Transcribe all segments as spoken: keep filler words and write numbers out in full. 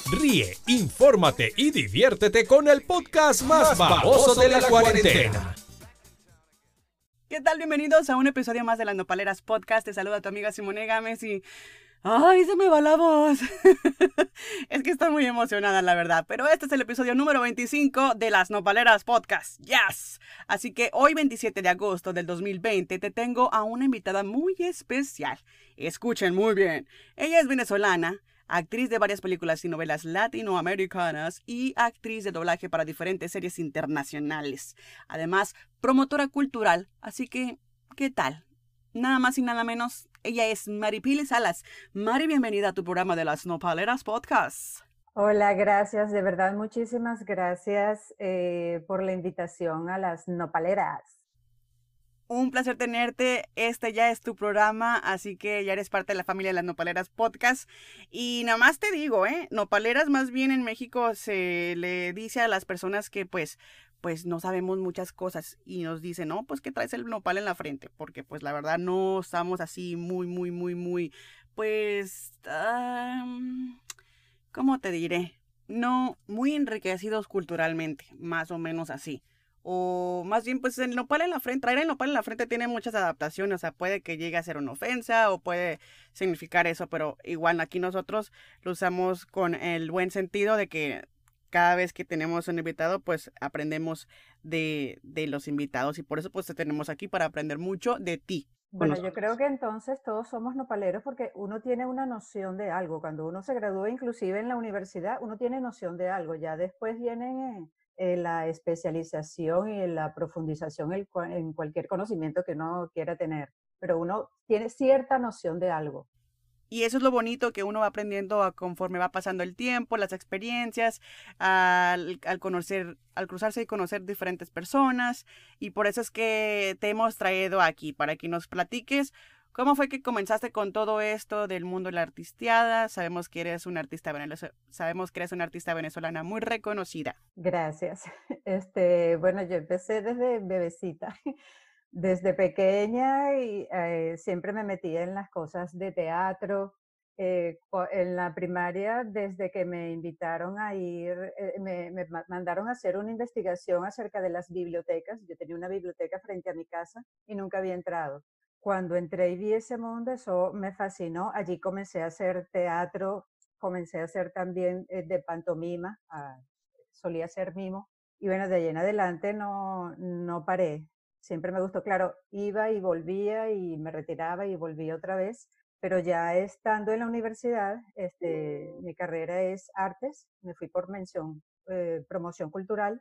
Ríe, infórmate y diviértete con el podcast más baboso de la cuarentena. ¿Qué tal? Bienvenidos a un episodio más de Las Nopaleras Podcast. Te saluda tu amiga Simone Gámez y... ¡ay, se me va la voz! Es que estoy muy emocionada, la verdad. Pero este es el episodio número veinticinco de Las Nopaleras Podcast. ¡Yes! Así que hoy, veintisiete de agosto del dos mil veinte, te tengo a una invitada muy especial. Escuchen muy bien. Ella es venezolana, actriz de varias películas y novelas latinoamericanas y actriz de doblaje para diferentes series internacionales. Además, promotora cultural. Así que, ¿qué tal? Nada más y nada menos, ella es Maripili Salas. Mari, bienvenida a tu programa de Las Nopaleras Podcast. Hola, gracias, de verdad, muchísimas gracias eh, por la invitación a Las Nopaleras. Un placer tenerte. Este ya es tu programa, así que ya eres parte de la familia de Las Nopaleras Podcast. Y nada más te digo, ¿eh? Nopaleras más bien en México se le dice a las personas que pues, pues no sabemos muchas cosas y nos dicen, no, pues que traes el nopal en la frente, porque pues la verdad no estamos así muy, muy, muy, muy, pues, um, ¿cómo te diré? No, muy enriquecidos culturalmente, más o menos así. O más bien, pues el nopal en la frente, traer el nopal en la frente tiene muchas adaptaciones, o sea, puede que llegue a ser una ofensa o puede significar eso, pero igual aquí nosotros lo usamos con el buen sentido de que cada vez que tenemos un invitado, pues aprendemos de, de los invitados y por eso pues te tenemos aquí para aprender mucho de ti. Bueno, yo creo que entonces todos somos nopaleros porque uno tiene una noción de algo. Cuando uno se gradúa, inclusive en la universidad, uno tiene noción de algo. Ya después viene eh, la especialización y la profundización en, en cualquier conocimiento que uno quiera tener. Pero uno tiene cierta noción de algo. Y eso es lo bonito que uno va aprendiendo a conforme va pasando el tiempo, las experiencias, al, al conocer, al cruzarse y conocer diferentes personas. Y por eso es que te hemos traído aquí, para que nos platiques cómo fue que comenzaste con todo esto del mundo de la artisteada. Sabemos que eres una artista venezolana, sabemos que eres una artista venezolana muy reconocida. Gracias. Este, bueno, yo empecé desde bebecita. Desde pequeña y eh, siempre me metía en las cosas de teatro. Eh, en la primaria, desde que me invitaron a ir, eh, me, me mandaron a hacer una investigación acerca de las bibliotecas. Yo tenía una biblioteca frente a mi casa y nunca había entrado. Cuando entré y vi ese mundo, eso me fascinó. Allí comencé a hacer teatro, comencé a hacer también eh, de pantomima, ah, solía hacer mimo. Y bueno, de ahí en adelante no, no paré. Siempre me gustó, claro, iba y volvía y me retiraba y volvía otra vez, pero ya estando en la universidad, este, mi carrera es artes, me fui por mención, eh, promoción cultural,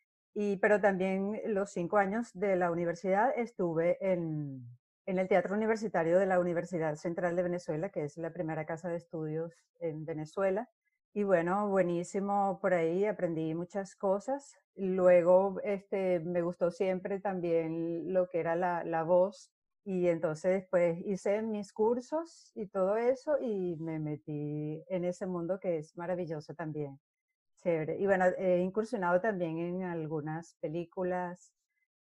y, pero también los cinco años de la universidad estuve en, en el Teatro Universitario de la Universidad Central de Venezuela, que es la primera casa de estudios en Venezuela. Y bueno, buenísimo por ahí, aprendí muchas cosas. Luego este, me gustó siempre también lo que era la, la voz y entonces después hice mis cursos y todo eso y me metí en ese mundo que es maravilloso también. Chévere. Y bueno, he incursionado también en algunas películas,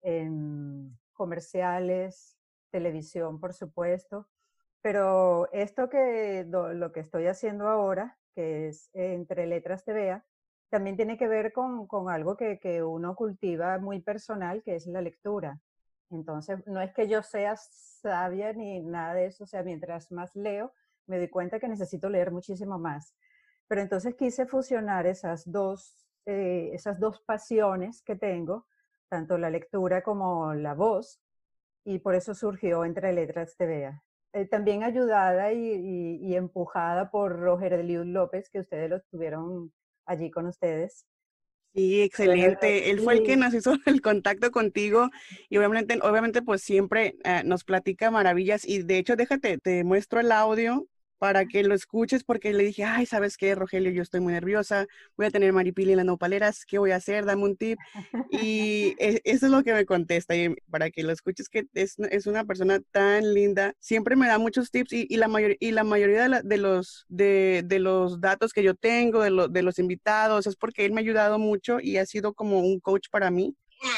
en comerciales, televisión, por supuesto. Pero esto que lo que estoy haciendo ahora, que es Entre Letras T V A, también tiene que ver con, con algo que, que uno cultiva muy personal, que es la lectura. Entonces, no es que yo sea sabia ni nada de eso, o sea, mientras más leo, me doy cuenta que necesito leer muchísimo más. Pero entonces quise fusionar esas dos, eh, esas dos pasiones que tengo, tanto la lectura como la voz, y por eso surgió Entre Letras T V A. Eh, también ayudada y, y, y empujada por Roger Eliud López, que ustedes lo estuvieron allí con ustedes. Sí, excelente. Él fue el que nos hizo el contacto contigo y obviamente, obviamente pues siempre uh, nos platica maravillas y de hecho déjate, te muestro el audio para que lo escuches porque le dije, ay, ¿sabes qué, Rogelio? Yo estoy muy nerviosa, voy a tener Maripili en las nopaleras, ¿qué voy a hacer? Dame un tip. Y es, eso es lo que me contesta y para que lo escuches que es, es una persona tan linda, siempre me da muchos tips y, y, la, mayor, y la mayoría de, la, de, los, de, de los datos que yo tengo, de, lo, de los invitados, es porque él me ha ayudado mucho y ha sido como un coach para mí.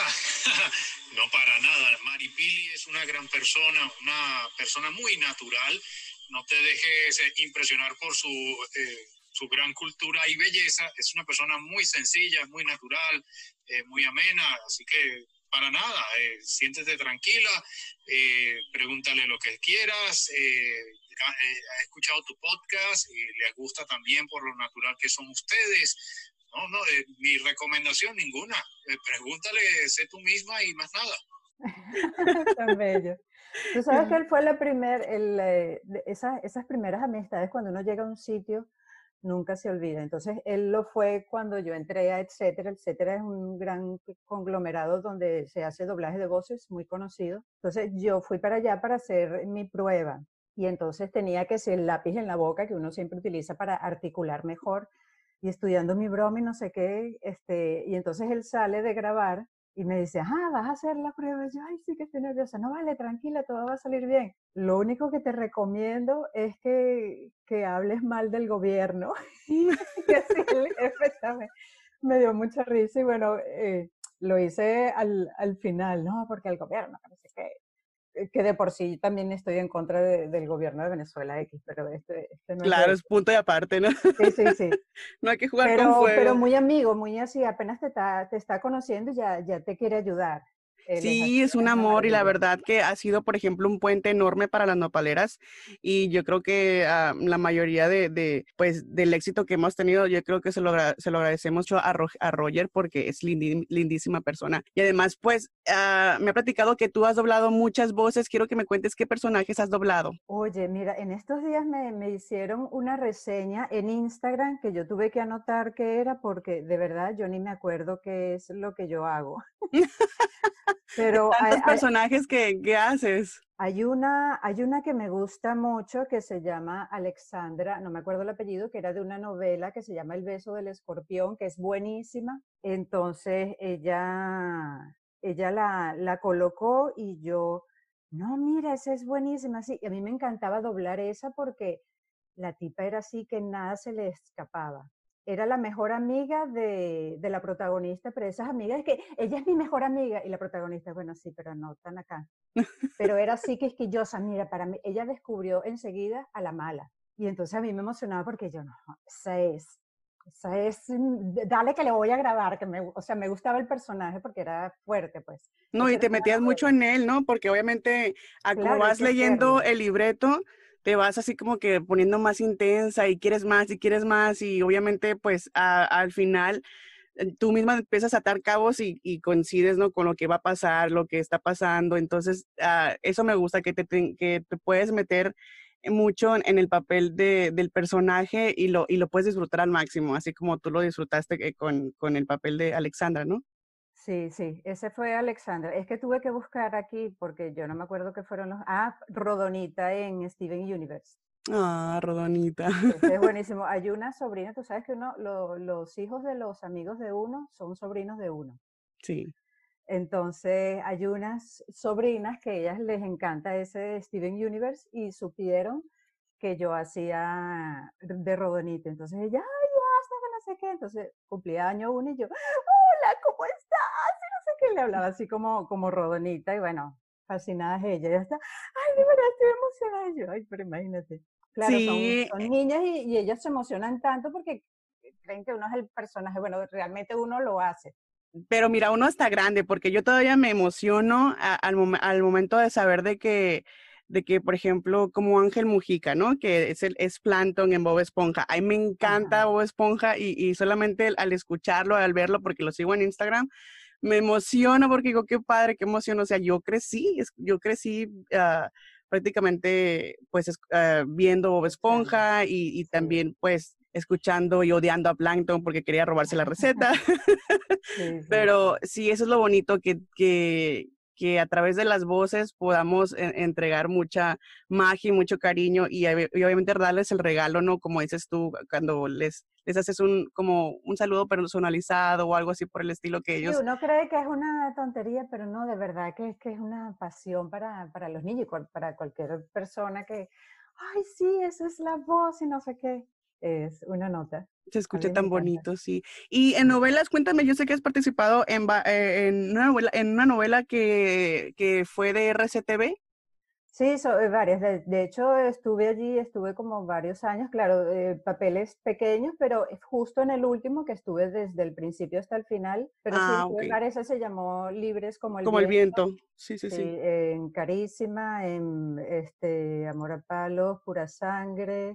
No, para nada. Maripili es una gran persona, una persona muy natural. No te dejes impresionar por su, eh, su gran cultura y belleza. Es una persona muy sencilla, muy natural, eh, muy amena, así que para nada, eh, siéntete tranquila, eh, pregúntale lo que quieras, eh, eh, ha escuchado tu podcast y le gusta también por lo natural que son ustedes. No, no, eh, mi recomendación ninguna, eh, pregúntale, sé tú misma y más nada. Tan bello. Tú sabes que él fue la primer, el, eh, esas, esas primeras amistades cuando uno llega a un sitio, nunca se olvida. Entonces, él lo fue cuando yo entré a Etcétera. Etcétera es un gran conglomerado donde se hace doblaje de voces, muy conocido. Entonces, yo fui para allá para hacer mi prueba. Y entonces tenía que ser el lápiz en la boca que uno siempre utiliza para articular mejor. Y estudiando mi broma y no sé qué, este, y entonces él sale de grabar y me dice, ah, ¿vas a hacer la prueba? Y yo, ay, sí que estoy nerviosa. No, vale, tranquila, todo va a salir bien. Lo único que te recomiendo es que, que hables mal del gobierno. Y así el jefe también me dio mucha risa y bueno, eh, lo hice al, al final, no, porque el gobierno, no sé qué. Que de por sí también estoy en contra de, del gobierno de Venezuela X, pero este, este no Claro, es es punto y aparte, ¿no? Sí, sí, sí. No hay que jugar pero, con fuego. Pero muy amigo, muy así, apenas te está, te está conociendo y ya, ya te quiere ayudar. Él sí, es, es un amor y la verdad que ha sido, por ejemplo, un puente enorme para las nopaleras y yo creo que uh, la mayoría de, de, pues, del éxito que hemos tenido, yo creo que se lo, se lo agradecemos mucho a, Ro a Roger porque es lindi lindísima persona. Y además, pues, uh, me ha platicado que tú has doblado muchas voces. Quiero que me cuentes qué personajes has doblado. Oye, mira, en estos días me, me hicieron una reseña en Instagram que yo tuve que anotar qué era porque de verdad yo ni me acuerdo qué es lo que yo hago. Pero tantos hay, personajes que, que haces. Hay una, hay una que me gusta mucho que se llama Alexandra, no me acuerdo el apellido, que era de una novela que se llama El beso del escorpión, que es buenísima. Entonces ella, ella la, la colocó y yo, no, mira, esa es buenísima. Sí, y a mí me encantaba doblar esa porque la tipa era así que nada se le escapaba. Era la mejor amiga de, de la protagonista, pero esas amigas es que ella es mi mejor amiga y la protagonista, bueno, sí, pero no tan acá. Pero era así quisquillosa, mira, para mí, ella descubrió enseguida a la mala. Y entonces a mí me emocionaba porque yo, no, esa es, esa es, dale que le voy a grabar, que me, o sea, me gustaba el personaje porque era fuerte, pues. No, Esa y te metías mucho en él, ¿no? Porque obviamente, a como claro, vas leyendo hacerlo. El libreto, te vas así como que poniendo más intensa y quieres más y quieres más y obviamente pues a, al final tú misma empiezas a atar cabos y, y coincides, ¿no? Con lo que va a pasar, lo que está pasando, entonces uh, eso me gusta, que te, te, que te puedes meter mucho en el papel de, del personaje y lo, y lo puedes disfrutar al máximo, así como tú lo disfrutaste con, con el papel de Alexandra, ¿no? Sí, sí, ese fue Alexandra. Es que tuve que buscar aquí porque yo no me acuerdo qué fueron los... Ah, Rodonita en Steven Universe. Ah, Rodonita. Ese es buenísimo. Hay una sobrina, tú sabes que uno, lo, los hijos de los amigos de uno son sobrinos de uno. Sí. Entonces hay unas sobrinas que a ellas les encanta ese Steven Universe y supieron que yo hacía de Rodonita. Entonces ella, ay, hasta que no sé qué. Entonces cumplía año uno y yo, hola, ¿cómo estás? Y no sé qué, le hablaba así como, como Rodonita y bueno, fascinada es ella. Ella está, ay, de verdad estoy emocionada. Y yo, ay, pero imagínate. Claro, sí. son, son niñas y, y ellas se emocionan tanto porque creen que uno es el personaje. Bueno, realmente uno lo hace. Pero mira, uno está grande, porque yo todavía me emociono a, al, mom al momento de saber de que, de que, por ejemplo, como Ángel Mujica, ¿no? Que es, el, es Plankton en Bob Esponja. A mí me encanta Ajá. Bob Esponja y, y solamente al, al escucharlo, al verlo, porque lo sigo en Instagram, me emociono porque digo, qué padre, qué emoción. O sea, yo crecí, yo crecí uh, prácticamente, pues, uh, viendo Bob Esponja y, y sí. también, pues, escuchando y odiando a Plankton porque quería robarse la receta. Sí, sí, pero sí, eso es lo bonito, que, que, que a través de las voces podamos en, entregar mucha magia y mucho cariño y, y obviamente darles el regalo, ¿no? Como dices tú, cuando les, les haces un, como un saludo personalizado o algo así por el estilo que ellos... Sí, uno cree que es una tontería, pero no, de verdad que es, que es una pasión para, para los niños y para cualquier persona que, ay, sí, esa es la voz y no sé qué. Es una nota. Se escucha tan bonito, sí. Y en novelas, cuéntame, yo sé que has participado en, eh, en, una, novela, en una novela que, que fue de R C T V. Sí, so, eh, varias. De, de hecho, estuve allí, estuve como varios años, claro, eh, papeles pequeños, pero justo en el último que estuve desde el principio hasta el final, pero sí Ah, estuve ok. en varias, esa se llamó Libres como el Como el viento, viento. Sí, sí, sí, sí. en Carísima, en este, Amor a Palos, Pura Sangre,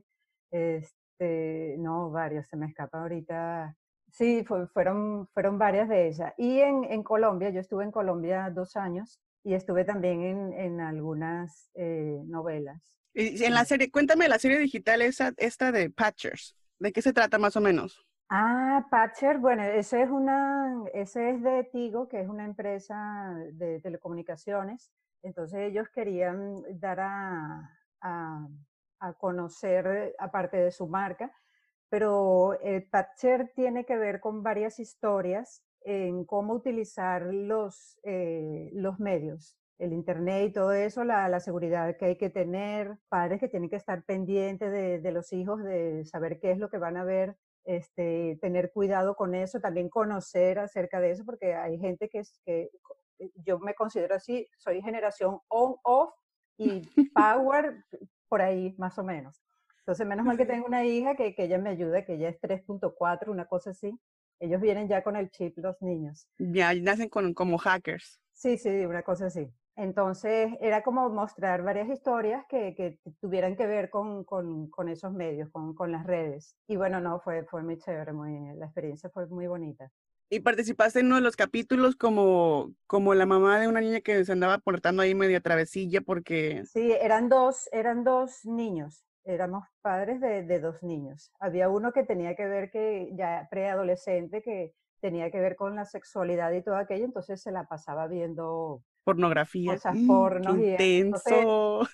este, no, varios, se me escapa ahorita. Sí, fue- fueron, fueron varias de ellas. Y en, en Colombia, yo estuve en Colombia dos años y estuve también en, en algunas eh, novelas. Y en la Eh, serie, cuéntame la serie digital esa, esta de Patchers. ¿De qué se trata más o menos? Ah, Patcher, bueno, ese es una, ese es de Tigo, que es una empresa de telecomunicaciones. Entonces ellos querían dar a, a, a conocer, aparte de su marca, pero eh, Patcher tiene que ver con varias historias en cómo utilizar los, eh, los medios, el internet y todo eso, la, la seguridad que hay que tener, padres que tienen que estar pendientes de, de los hijos, de saber qué es lo que van a ver, este, tener cuidado con eso, también conocer acerca de eso, porque hay gente que es que yo me considero así, soy generación on-off y power por ahí más o menos. Entonces, menos mal que tengo una hija que, que ella me ayuda, que ella es tres punto cuatro, una cosa así. Ellos vienen ya con el chip, los niños. Ya nacen con, como hackers. Sí, sí, una cosa así. Entonces, era como mostrar varias historias que, que tuvieran que ver con, con, con esos medios, con, con, las redes. Y bueno, no, fue, fue muy chévere, muy, la experiencia fue muy bonita. Y participaste en uno de los capítulos como, como la mamá de una niña que se andaba portando ahí media travesilla porque... Sí, eran dos, eran dos niños, éramos padres de, de dos niños. Había uno que tenía que ver que ya preadolescente, que tenía que ver con la sexualidad y todo aquello, entonces se la pasaba viendo Pornografía. cosas Mm, qué pornos y eso. Entonces, intenso.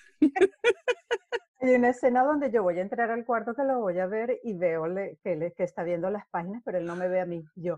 hay una escena donde yo voy a entrar al cuarto que lo voy a ver y veo le, que, le, que está viendo las páginas, pero él no me ve a mí. Yo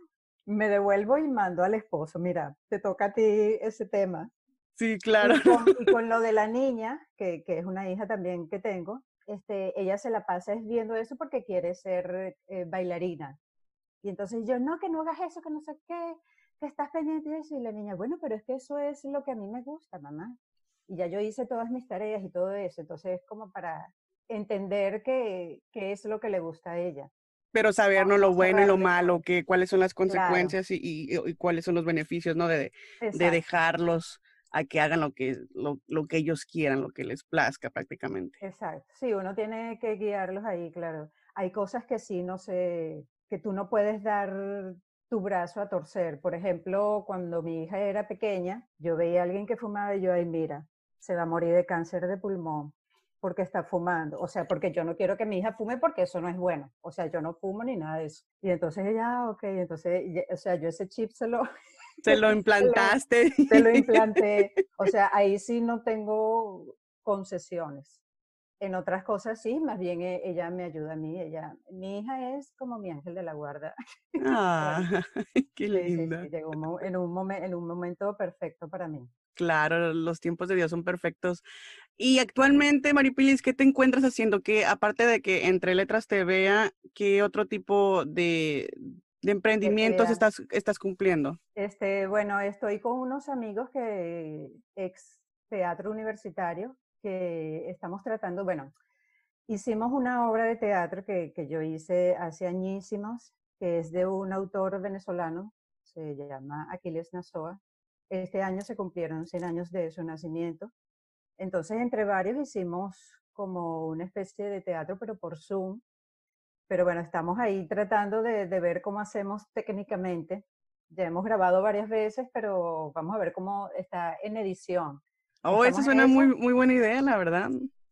me devuelvo y mando al esposo, mira, te toca a ti ese tema. Sí, claro. Y con, y con lo de la niña, que, que es una hija también que tengo, este, ella se la pasa es viendo eso porque quiere ser eh, bailarina. Y entonces yo, no, que no hagas eso, que no sé qué, que estás pendiente de eso. Y la niña, bueno, pero es que eso es lo que a mí me gusta, mamá. Y ya yo hice todas mis tareas y todo eso. Entonces es como para entender qué que es lo que le gusta a ella. Pero saber, ¿no? No, Lo no bueno y lo cerrarle malo, todo. que, cuáles son las Claro, consecuencias y, y, y cuáles son los beneficios, ¿no? De, de exacto. dejarlos a que hagan lo que, lo, lo que ellos quieran, lo que les plazca prácticamente. Exacto, sí, uno tiene que guiarlos ahí, claro. Hay cosas que sí no sé, que tú no puedes dar tu brazo a torcer. Por ejemplo, cuando mi hija era pequeña, yo veía a alguien que fumaba y yo, ay, mira, se va a morir de cáncer de pulmón porque está fumando. O sea, porque yo no quiero que mi hija fume porque eso no es bueno. O sea, yo no fumo ni nada de eso. Y entonces ella, ah, ok, entonces, o sea, yo ese chip se lo, Se lo se lo, implantaste. se lo implanté. O sea, ahí sí no tengo concesiones. En otras cosas sí, más bien e- ella me ayuda a mí. Ella, mi hija es como mi ángel de la guarda. Ah, Bueno, qué sí, sí, linda. sí, llegó un mo- en un, momen- en un momento perfecto para mí. Claro, los tiempos de Dios son perfectos. Y actualmente, Maripilis, ¿qué te encuentras haciendo? Que aparte de que Entre Letras te vea, ¿qué otro tipo de, de De emprendimientos actividad. estás, estás cumpliendo? Este, bueno, estoy con unos amigos que ex teatro universitario que estamos tratando, bueno, hicimos una obra de teatro que, que yo hice hace añísimos, que es de un autor venezolano, se llama Aquiles Nazoa. Este año se cumplieron cien años de su nacimiento. Entonces, entre varios hicimos como una especie de teatro, pero por Zoom. Pero bueno, estamos ahí tratando de, de ver cómo hacemos técnicamente. Ya hemos grabado varias veces, pero vamos a ver cómo está en edición. Oh, eso Estamos en suena muy, eso. muy buena idea, la verdad.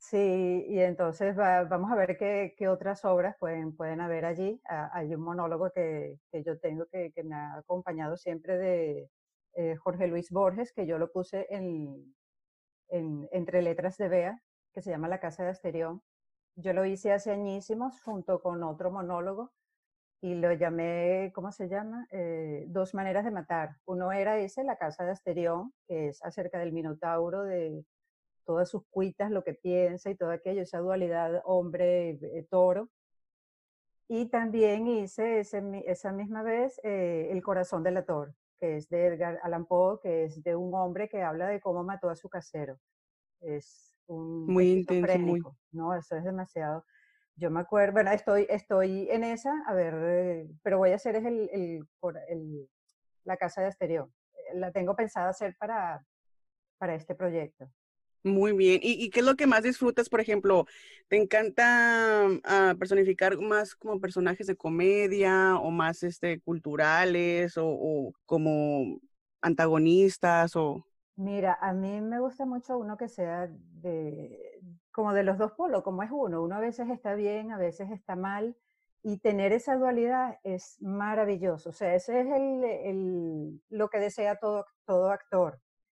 Sí, y entonces va- vamos a ver qué, qué otras obras pueden, pueden haber allí. Ah, hay un monólogo que, que yo tengo que, que me ha acompañado siempre de eh, Jorge Luis Borges, que yo lo puse en, en- entre letras de Bea, que se llama La Casa de Asterión. Yo lo hice hace añísimos junto con otro monólogo y lo llamé, ¿cómo se llama? Eh, Dos maneras de matar. Uno era ese, La Casa de Asterión, que es acerca del Minotauro, de todas sus cuitas, lo que piensa y todo aquello, esa dualidad hombre-toro. Y también hice ese, esa misma vez eh, El corazón del ator, que es de Edgar Allan Poe, que es de un hombre que habla de cómo mató a su casero. es un Muy intenso, muy. esquizofrénico, ¿no? Eso es demasiado. Yo me acuerdo, bueno, estoy, estoy en esa, a ver, eh, pero voy a hacer es el, el, por- el- la casa de Asterión. Eh, La tengo pensada hacer para, para este proyecto. Muy bien. ¿Y, y qué es lo que más disfrutas, por ejemplo? ¿Te encanta ah, personificar más como personajes de comedia o más este, culturales o, o como antagonistas o... Mira, a mí me gusta mucho uno que sea de, como de los dos polos, como es uno. Uno a veces está bien, a veces está mal, y tener esa dualidad es maravilloso. O sea, ese es el, el- lo que desea todo, todo actor.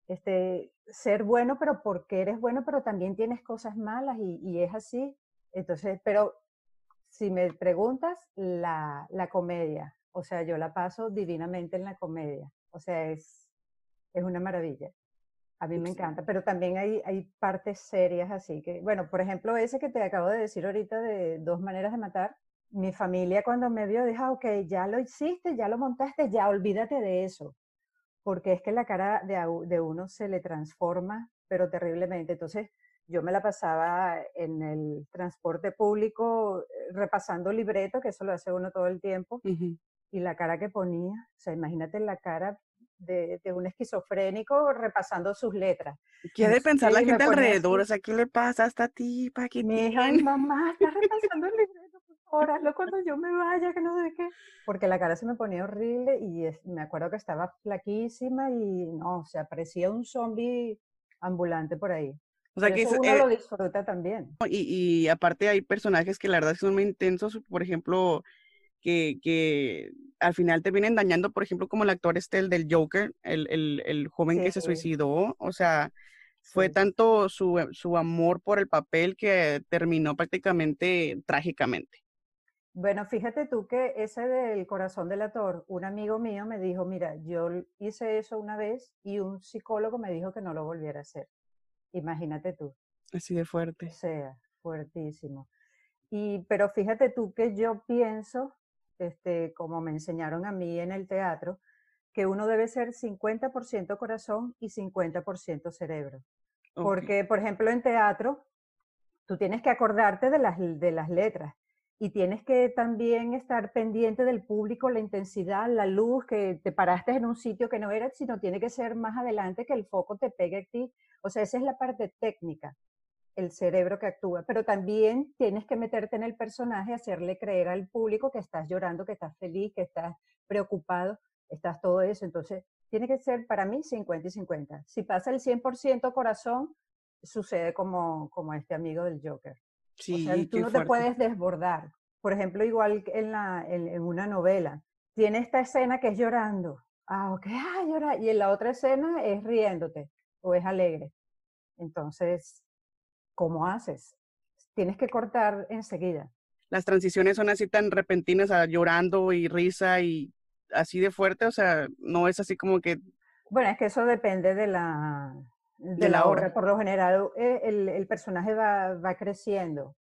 Este, ser bueno, pero porque eres bueno, pero también tienes cosas malas y, y es así. Entonces, pero si me preguntas, la, la comedia, o sea, yo la paso divinamente en la comedia. O sea, es, es una maravilla. A mí me encanta, pero también hay, hay partes serias así que, bueno, por ejemplo, ese que te acabo de decir ahorita de Dos maneras de matar, mi familia cuando me vio dijo, ah, ok, ya lo hiciste, ya lo montaste, ya olvídate de eso, porque es que la cara de, au- de uno se le transforma, pero terriblemente. Entonces, yo me la pasaba en el transporte público eh, repasando libreto, que eso lo hace uno todo el tiempo, Ujú. y la cara que ponía, o sea, imagínate la cara de, de un esquizofrénico repasando sus letras. ¿Qué ha de pensar la Sí, me gente ponía alrededor? O así. sea, ¿qué le pasa a esta tipa? ¿Qué Mi hija, tiene? mamá, está repasando el libreto, por favor, hazlo cuando yo me vaya, que no sé qué. Porque la cara se me ponía horrible y es- me acuerdo que estaba flaquísima y no, o sea, parecía un zombie ambulante por ahí. O sea, Pero que eso es, uno eh, lo disfruta también. y, y aparte hay personajes que la verdad son muy intensos, por ejemplo, que, que al final te vienen dañando, por ejemplo, como el actor este, el del Joker, el, el, el joven Sí, que se suicidó, o sea, fue sí. tanto su, su amor por el papel que terminó prácticamente trágicamente. Bueno, fíjate tú que ese del corazón del actor, un amigo mío me dijo, mira, yo hice eso una vez y un psicólogo me dijo que no lo volviera a hacer. Imagínate tú, Así de o fuerte. sea, fuertísimo. Y, pero fíjate tú que yo pienso, este, como me enseñaron a mí en el teatro, que uno debe ser cincuenta por ciento corazón y cincuenta por ciento cerebro. Ok. Porque, por ejemplo, en teatro, tú tienes que acordarte de las, de las letras y tienes que también estar pendiente del público, la intensidad, la luz, que te paraste en un sitio que no era, sino tiene que ser más adelante que el foco te pegue a ti. O sea, esa es la parte técnica, el cerebro que actúa, pero también tienes que meterte en el personaje, hacerle creer al público que estás llorando, que estás feliz, que estás preocupado, estás todo eso. Entonces, tiene que ser para mí cincuenta y cincuenta. Si pasa el cien por ciento corazón, sucede como, como este amigo del Joker. O sea, Sí, tú qué no te fuerte. puedes desbordar. Por ejemplo, igual en, la, en, en una novela, tiene esta escena que es llorando. Ah, ok, ah, llora. Y en la otra escena es riéndote o es alegre. Entonces, ¿cómo haces? Tienes que cortar enseguida. Las transiciones son así tan repentinas, a llorando y risa y así de fuerte, o sea, no es así como que Bueno, es que eso depende de la, de de la la obra. obra. Por lo general, eh, el, el personaje va, va creciendo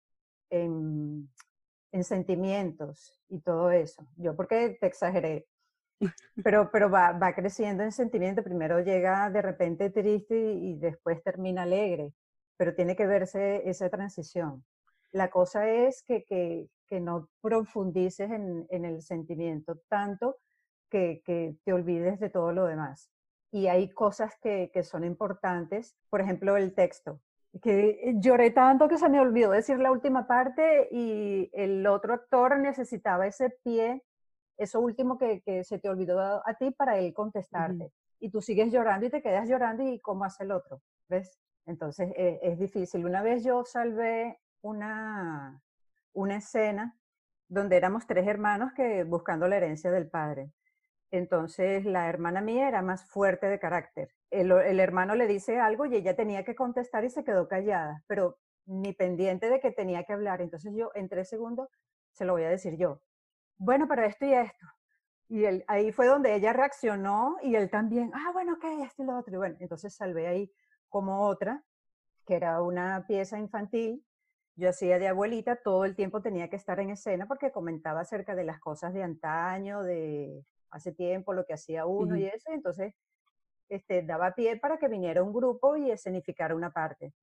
en, en sentimientos y todo eso. Yo porque te exageré, pero, pero va, va creciendo en sentimiento. Primero llega de repente triste y, y después termina alegre, pero tiene que verse esa transición. La cosa es que, que, que no profundices en, en, el sentimiento tanto que, que, te olvides de todo lo demás. Y hay cosas que, que son importantes, por ejemplo, el texto. Que lloré tanto que se me olvidó decir la última parte y el otro actor necesitaba ese pie, eso último que, que se te olvidó a, a ti para él contestarte. Ujú. Y tú sigues llorando y te quedas llorando y cómo hace el otro, ¿ves? Entonces eh, es difícil. Una vez yo salvé una, una escena donde éramos tres hermanos que buscando la herencia del padre. Entonces la hermana mía era más fuerte de carácter. El, el hermano le dice algo y ella tenía que contestar y se quedó callada, pero ni pendiente de que tenía que hablar. Entonces yo en tres segundos se lo voy a decir yo. Bueno, pero esto y esto. Y él, ahí fue donde ella reaccionó y él también, ah, bueno, ok, esto y lo otro. Y bueno, entonces salvé ahí como otra, que era una pieza infantil. Yo hacía de abuelita, todo el tiempo tenía que estar en escena porque comentaba acerca de las cosas de antaño, de hace tiempo, lo que hacía uno y Ujú. eso. Y entonces este, daba pie para que viniera un grupo y escenificara una parte.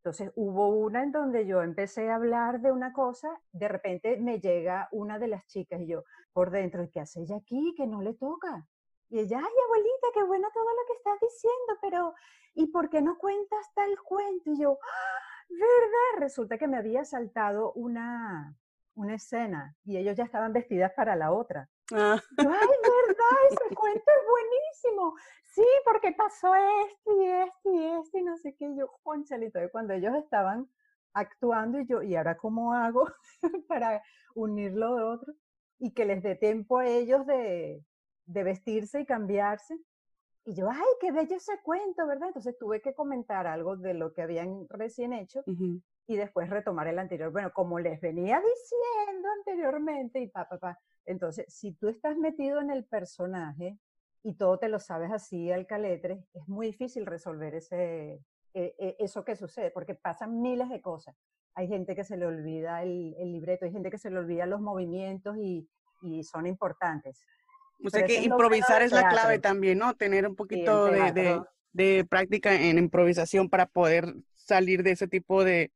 Entonces hubo una en donde yo empecé a hablar de una cosa, de repente me llega una de las chicas y yo por dentro, ¿y qué hace ella aquí? Que no le toca. Y ella, ay, abuelita, qué bueno todo lo que estás diciendo, pero ¿y por qué no cuentas tal cuento? Y yo, ¡ah, verdad! Resulta que me había saltado una, una escena y ellos ya estaban vestidas para la otra. Ah. Yo, ay, verdad, ese cuento es buenísimo. Sí, porque pasó esto y esto y esto y no sé qué. Y yo, conchalito, y cuando ellos estaban actuando y yo, ¿y ahora cómo hago para unir lo de otro? Y que les dé tiempo a ellos de, de vestirse y cambiarse. Y yo, ay, qué bello ese cuento, ¿verdad? Entonces tuve que comentar algo de lo que habían recién hecho Uh-huh. y después retomar el anterior. Bueno, como les venía diciendo anteriormente y pa, pa, pa. Entonces, si tú estás metido en el personaje y todo te lo sabes así al caletre, es muy difícil resolver ese, eh, eso que sucede, porque pasan miles de cosas. Hay gente que se le olvida el, el libreto, hay gente que se le olvida los movimientos y, y son importantes. O sea Pero que eso es lo bueno improvisar del es la clave teatro. también, ¿no? Tener un Sí, el poquito de, de, teatro. de práctica en improvisación para poder salir de ese tipo de,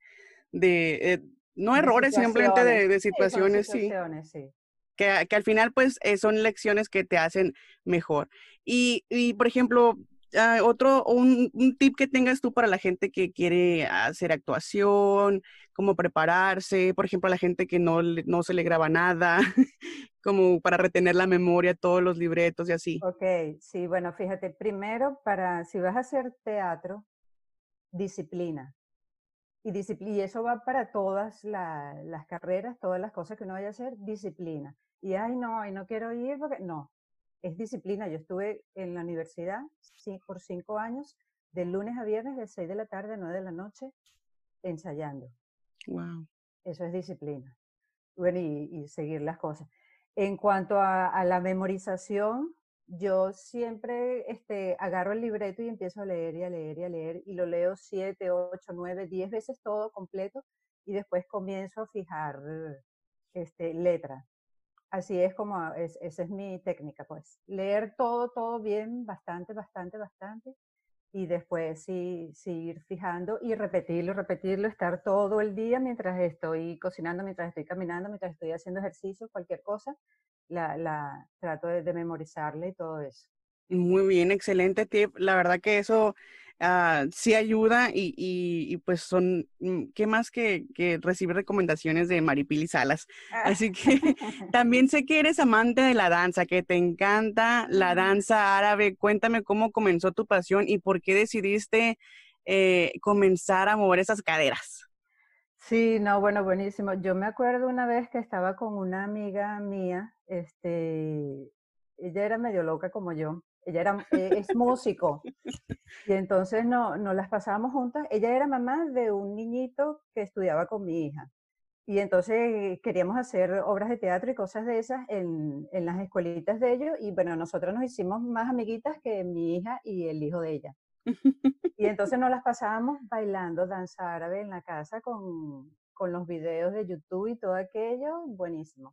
de eh, no De errores, simplemente situaciones. de, de Sí, son situaciones, sí. situaciones, sí. Que, que al final, pues, eh, son lecciones que te hacen mejor. Y, y por ejemplo, uh, otro, un, un tip que tengas tú para la gente que quiere hacer actuación, cómo prepararse, por ejemplo, a la gente que no, no se le graba nada, como para retener la memoria, todos los libretos y así. Ok, sí, bueno, fíjate, primero, para, si vas a hacer teatro, disciplina. Y, disciplina, y eso va para todas la, las carreras, todas las cosas que uno vaya a hacer, disciplina. Y, ay, no, ay, no quiero ir porque, no, es disciplina. Yo estuve en la universidad sí, por cinco años, de lunes a viernes, de seis de la tarde a nueve de la noche, ensayando. Wow. Eso es disciplina. Bueno, y, y seguir las cosas. En cuanto a, a la memorización, yo siempre este, agarro el libreto y empiezo a leer y a leer y a leer y lo leo siete, ocho, nueve, diez veces todo completo y después comienzo a fijar este, letra. Así es como, es, esa es mi técnica, pues. Leer todo, todo bien, bastante, bastante, bastante y después sí, sí ir fijando y repetirlo, repetirlo, estar todo el día mientras estoy cocinando, mientras estoy caminando, mientras estoy haciendo ejercicio, cualquier cosa, la, la trato de, de memorizarla y todo eso. Muy bien, excelente tip. La verdad que eso uh, sí ayuda y, y, y, pues son, ¿qué más que, que recibir recomendaciones de Maripili Salas? Así que también sé que eres amante de la danza, que te encanta la danza árabe. Cuéntame cómo comenzó tu pasión y por qué decidiste eh, comenzar a mover esas caderas. Sí, no, bueno, buenísimo. Yo me acuerdo una vez que estaba con una amiga mía, este, ella era medio loca como yo, ella era, es músico, y entonces no, nos las pasábamos juntas. Ella era mamá de un niñito que estudiaba con mi hija, y entonces queríamos hacer obras de teatro y cosas de esas en, en las escuelitas de ellos, y bueno, nosotros nos hicimos más amiguitas que mi hija y el hijo de ella. Y entonces nos las pasábamos bailando danza árabe en la casa con, con los videos de YouTube y todo aquello, buenísimo.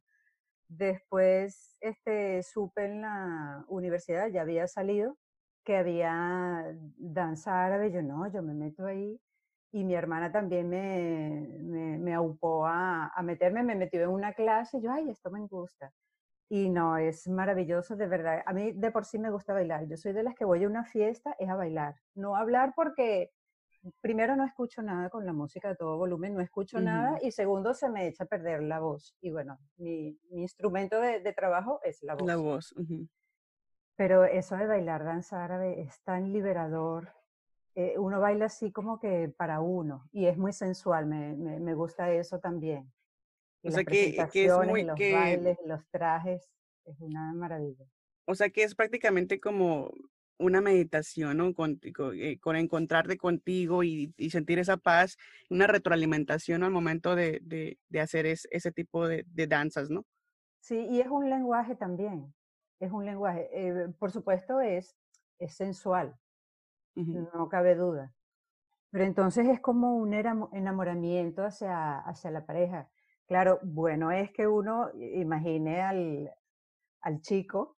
Después este, supe en la universidad, ya había salido, que había danza árabe. Yo no, yo me meto ahí. Y mi hermana también me, me, me aupó a, a meterme, me metió en una clase. Y yo, ay, esto me gusta. Y no, es maravilloso, de verdad. A mí de por sí me gusta bailar. Yo soy de las que voy a una fiesta, es a bailar. No a hablar porque primero no escucho nada con la música de todo volumen, no escucho uh-huh. nada, y segundo se me echa a perder la voz. Y bueno, mi, mi instrumento de, de trabajo es la voz. La voz. Uh-huh. Pero eso de bailar danza árabe es tan liberador. Eh, uno baila así como que para uno, y es muy sensual, me, me, me gusta eso también. Y o las sea que, presentaciones, que es muy, y los que, bailes, y los trajes, es una maravilla. O sea que es prácticamente como una meditación, ¿no? Con, con, eh, con encontrarte contigo y, y sentir esa paz, una retroalimentación al momento de, de, de hacer es, ese tipo de, de danzas, ¿no? Sí, y es un lenguaje también, es un lenguaje. Eh, por supuesto es, es sensual, uh-huh. no cabe duda. Pero entonces es como un enamoramiento hacia, hacia la pareja. Claro, bueno es que uno imagine al, al chico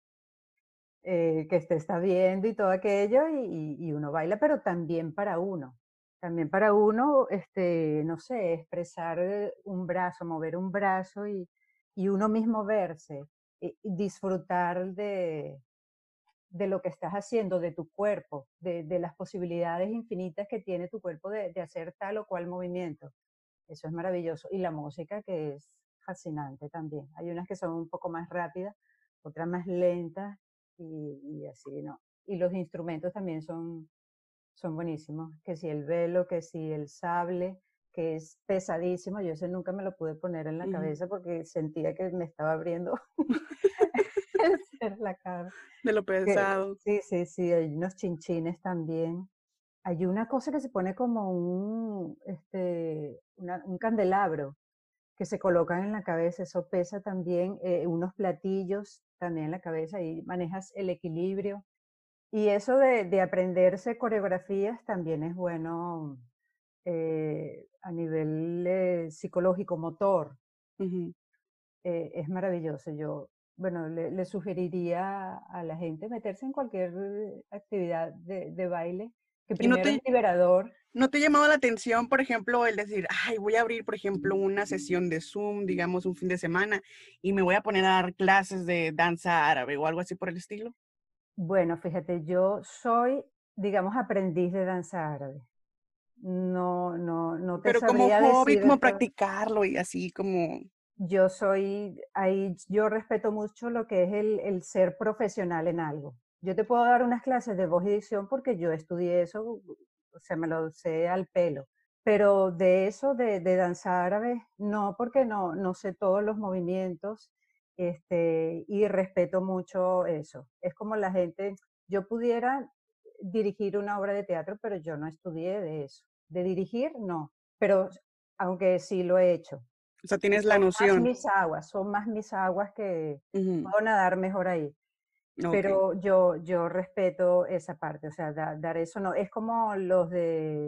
eh, que te está viendo y todo aquello y, y uno baila, pero también para uno. también para uno, este, no sé, expresar eh, un brazo, mover un brazo y, y uno mismo verse, y, y disfrutar de, de lo que estás haciendo, de tu cuerpo, de, de las posibilidades infinitas que tiene tu cuerpo de, de hacer tal o cual movimiento. Eso es maravilloso. Y la música, que es fascinante también. Hay unas que son un poco más rápidas, otras más lentas y, y así, ¿no? Y los instrumentos también son, son buenísimos. Que si el velo, que si el sable, que es pesadísimo. Yo ese nunca me lo pude poner en la Ujú. cabeza porque sentía que me estaba abriendo la cara. De lo Que, pesado. sí, sí, sí, hay unos chinchines también. Hay una cosa que se pone como un, este, una- un candelabro que se colocan en la cabeza, eso pesa también, eh, unos platillos también en la cabeza y manejas el equilibrio. Y eso de, de aprenderse coreografías también es bueno eh, a nivel eh, psicológico, motor, Ujú. eh, es maravilloso. Yo, bueno, le, le sugeriría a la gente meterse en cualquier eh, actividad de, de baile, que ¿Y no primero es te, liberador. no te ha llamado la atención, por ejemplo, el decir, ay, voy a abrir, por ejemplo, una sesión de Zoom, digamos, un fin de semana, y me voy a poner a dar clases de danza árabe o algo así por el estilo? Bueno, fíjate, yo soy, digamos, aprendiz de danza árabe. No, no, no te Pero como sabría hobby, decir como esto. practicarlo y así como... Yo soy, ahí yo respeto mucho lo que es el, el ser profesional en algo. Yo te puedo dar unas clases de voz y dicción porque yo estudié eso, o sea, me lo sé al pelo. Pero de eso, de, de danza árabe, no, porque no, no sé todos los movimientos, este, y respeto mucho eso. Es como la gente, yo pudiera dirigir una obra de teatro, pero yo no estudié de eso. De dirigir, no, pero aunque sí lo he hecho. O sea, Y tienes la son más noción. mis aguas, son más mis aguas que Ujú. puedo nadar mejor ahí. Ok. Pero yo, yo respeto esa parte, o sea, da- dar eso no, es como los de,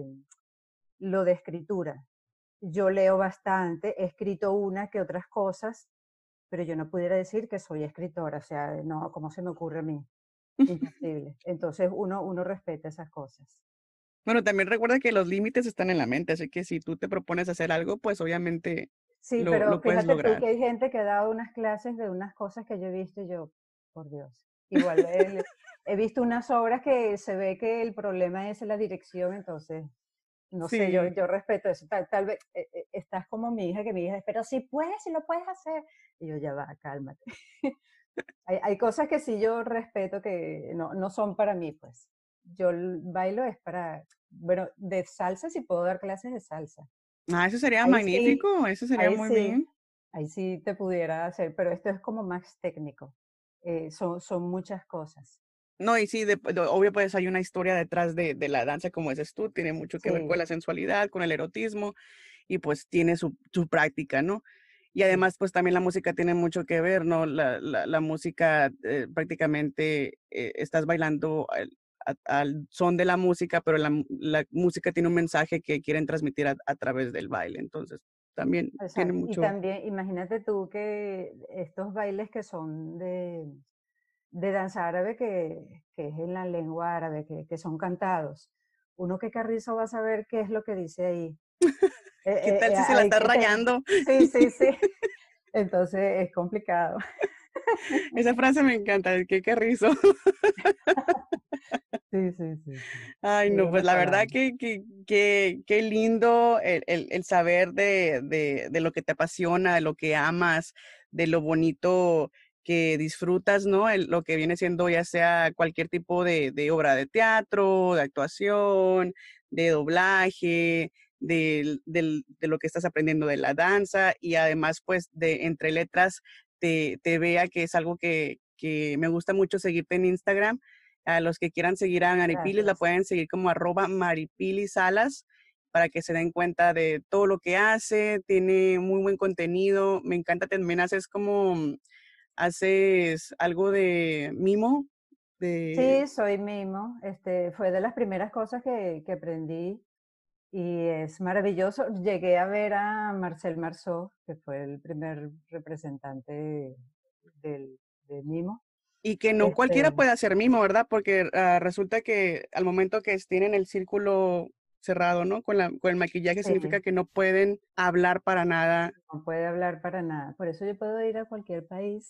lo de escritura. Yo leo bastante, he escrito una que otras cosas, pero yo no pudiera decir que soy escritora, o sea, no, ¿cómo se me ocurre a mí? Imposible. Entonces uno, uno respeta esas cosas. Bueno, también recuerda que los límites están en la mente, así que si tú te propones hacer algo, pues obviamente Sí, lo, pero lo puedes fíjate tú lograr. que hay gente que ha dado unas clases de unas cosas que yo he visto y yo, por Dios. Igual el- he visto unas obras que se ve que el problema es la dirección, entonces, no sé, yo, Sí. yo respeto eso. Tal, tal vez eh, eh, estás como mi hija, que mi hija, pero si puedes, si lo puedes hacer. Y yo, ya va, cálmate. Hay, hay cosas que sí yo respeto que no, no son para mí, pues. Yo el bailo es para, bueno, de salsa sí puedo dar clases de salsa. Ah, eso sería Ahí sí, magnífico, eso sería ahí muy sí, bien. ahí sí te pudiera hacer, pero esto es como más técnico. Eh, son, son muchas cosas. No, y sí, de, de- obvio, pues hay una historia detrás de, de la danza, como dices tú, tiene mucho que ver con Sí, la sensualidad, con el erotismo, y pues tiene su, su práctica, ¿no? Y sí, además, pues también la música tiene mucho que ver, ¿no? La, la, la música, eh, prácticamente eh, estás bailando al, a- al son de la música, pero la, mu- la música tiene un mensaje que quieren transmitir a, a través del baile, entonces también tiene exacto. Y mucho... también imagínate tú que estos bailes que son de, de danza árabe, que, que es en la lengua árabe, que, que son cantados, uno que carrizo va a saber qué es lo que dice ahí. Eh, ¿Qué eh, tal eh, si se la hay está que te- rayando? sí, sí, sí. Entonces es complicado. Esa frase me encanta, qué carrizo. Sí, sí, sí, sí. Ay, no, Digo pues una la verdad palabra. que, que, que, qué lindo el, el, el saber de, de, de lo que te apasiona, de lo que amas, de lo bonito que disfrutas, ¿no? El- lo que viene siendo ya sea cualquier tipo de, de obra de teatro, de actuación, de doblaje, del- del- de lo que estás aprendiendo de la danza y además pues de entre letras te, te vea que es algo que, que me gusta mucho seguirte en Instagram. A los que quieran seguir a Maripilis, la Gracias. pueden seguir como arroba maripilisalas para que se den cuenta de todo lo que hace. Tiene muy buen contenido. Me encanta también, haces como, mm, haces algo de mimo, de... Sí, soy mimo. Este, fue de las primeras cosas que, que aprendí y es maravilloso. Llegué a ver a Marcel Marceau, que fue el primer representante del, de mimo. Y que no cualquiera Este, puede hacer mimo, ¿verdad? Porque ah, resulta que al momento que tienen el círculo cerrado, ¿no? Con la, con el maquillaje Sí, significa que no pueden hablar para nada. no puede hablar para nada. Por eso yo puedo ir a cualquier país.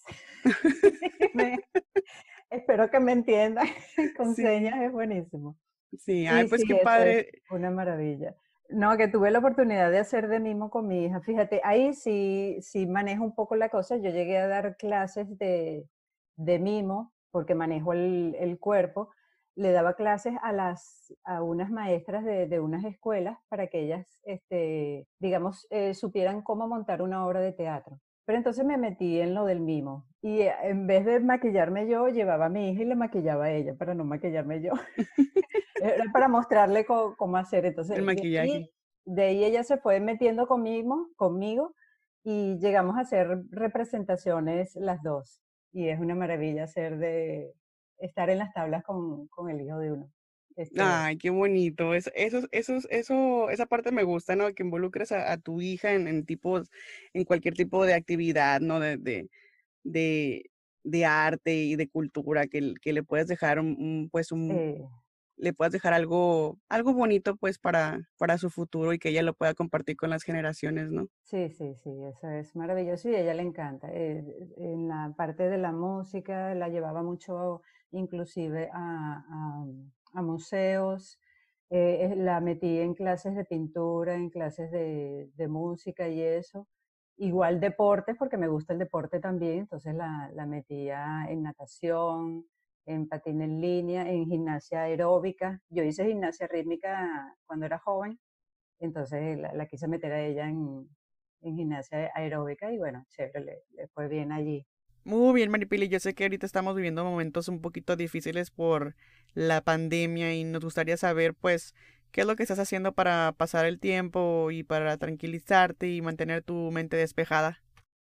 Me- espero que me entiendan. Con señas Sí, es buenísimo. sí, ay, Y pues sí, qué eso es padre. una maravilla. No, que tuve la oportunidad de hacer de mimo con mi hija. Fíjate, ahí sí, sí manejo un poco la cosa. Yo llegué a dar clases de, de mimo porque manejo el, el cuerpo. Le daba clases a las a unas maestras de, de unas escuelas para que ellas, este, digamos, eh, supieran cómo montar una obra de teatro. Pero entonces me metí en lo del mimo y eh, en vez de maquillarme yo, llevaba a mi hija y le maquillaba a ella para no maquillarme yo. Era para mostrarle co- cómo hacer. El Entonces, de ahí, maquillaje. de ahí ella se fue metiendo conmigo, conmigo y llegamos a hacer representaciones las dos. Y es una maravilla hacer de estar en las tablas con, con el hijo de uno. Este, Ay, qué bonito. Eso, eso, eso, eso, esa parte me gusta, ¿no? Que involucres a, a tu hija en, en tipos, en cualquier tipo de actividad, ¿no? De, de, de, de arte y de cultura, que, l- que le puedes dejar un, un, pues un, eh, le puedas dejar algo, algo bonito, pues, para, para su futuro y que ella lo pueda compartir con las generaciones, ¿no? sí, sí, sí, eso es maravilloso y a ella le encanta. Eh, en la parte de la música la llevaba mucho inclusive a, a- a museos, eh, eh, la metí en clases de pintura, en clases de, de música y eso. Igual deportes, porque me gusta el deporte también, entonces la, la metía en natación, en patín en línea, en gimnasia aeróbica. Yo hice gimnasia rítmica cuando era joven, entonces la, la quise meter a ella en, en gimnasia aeróbica y bueno, chévere, le, le fue bien allí. Muy bien, Maripili. Yo sé que ahorita estamos viviendo momentos un poquito difíciles por la pandemia y nos gustaría saber, pues, qué es lo que estás haciendo para pasar el tiempo y para tranquilizarte y mantener tu mente despejada.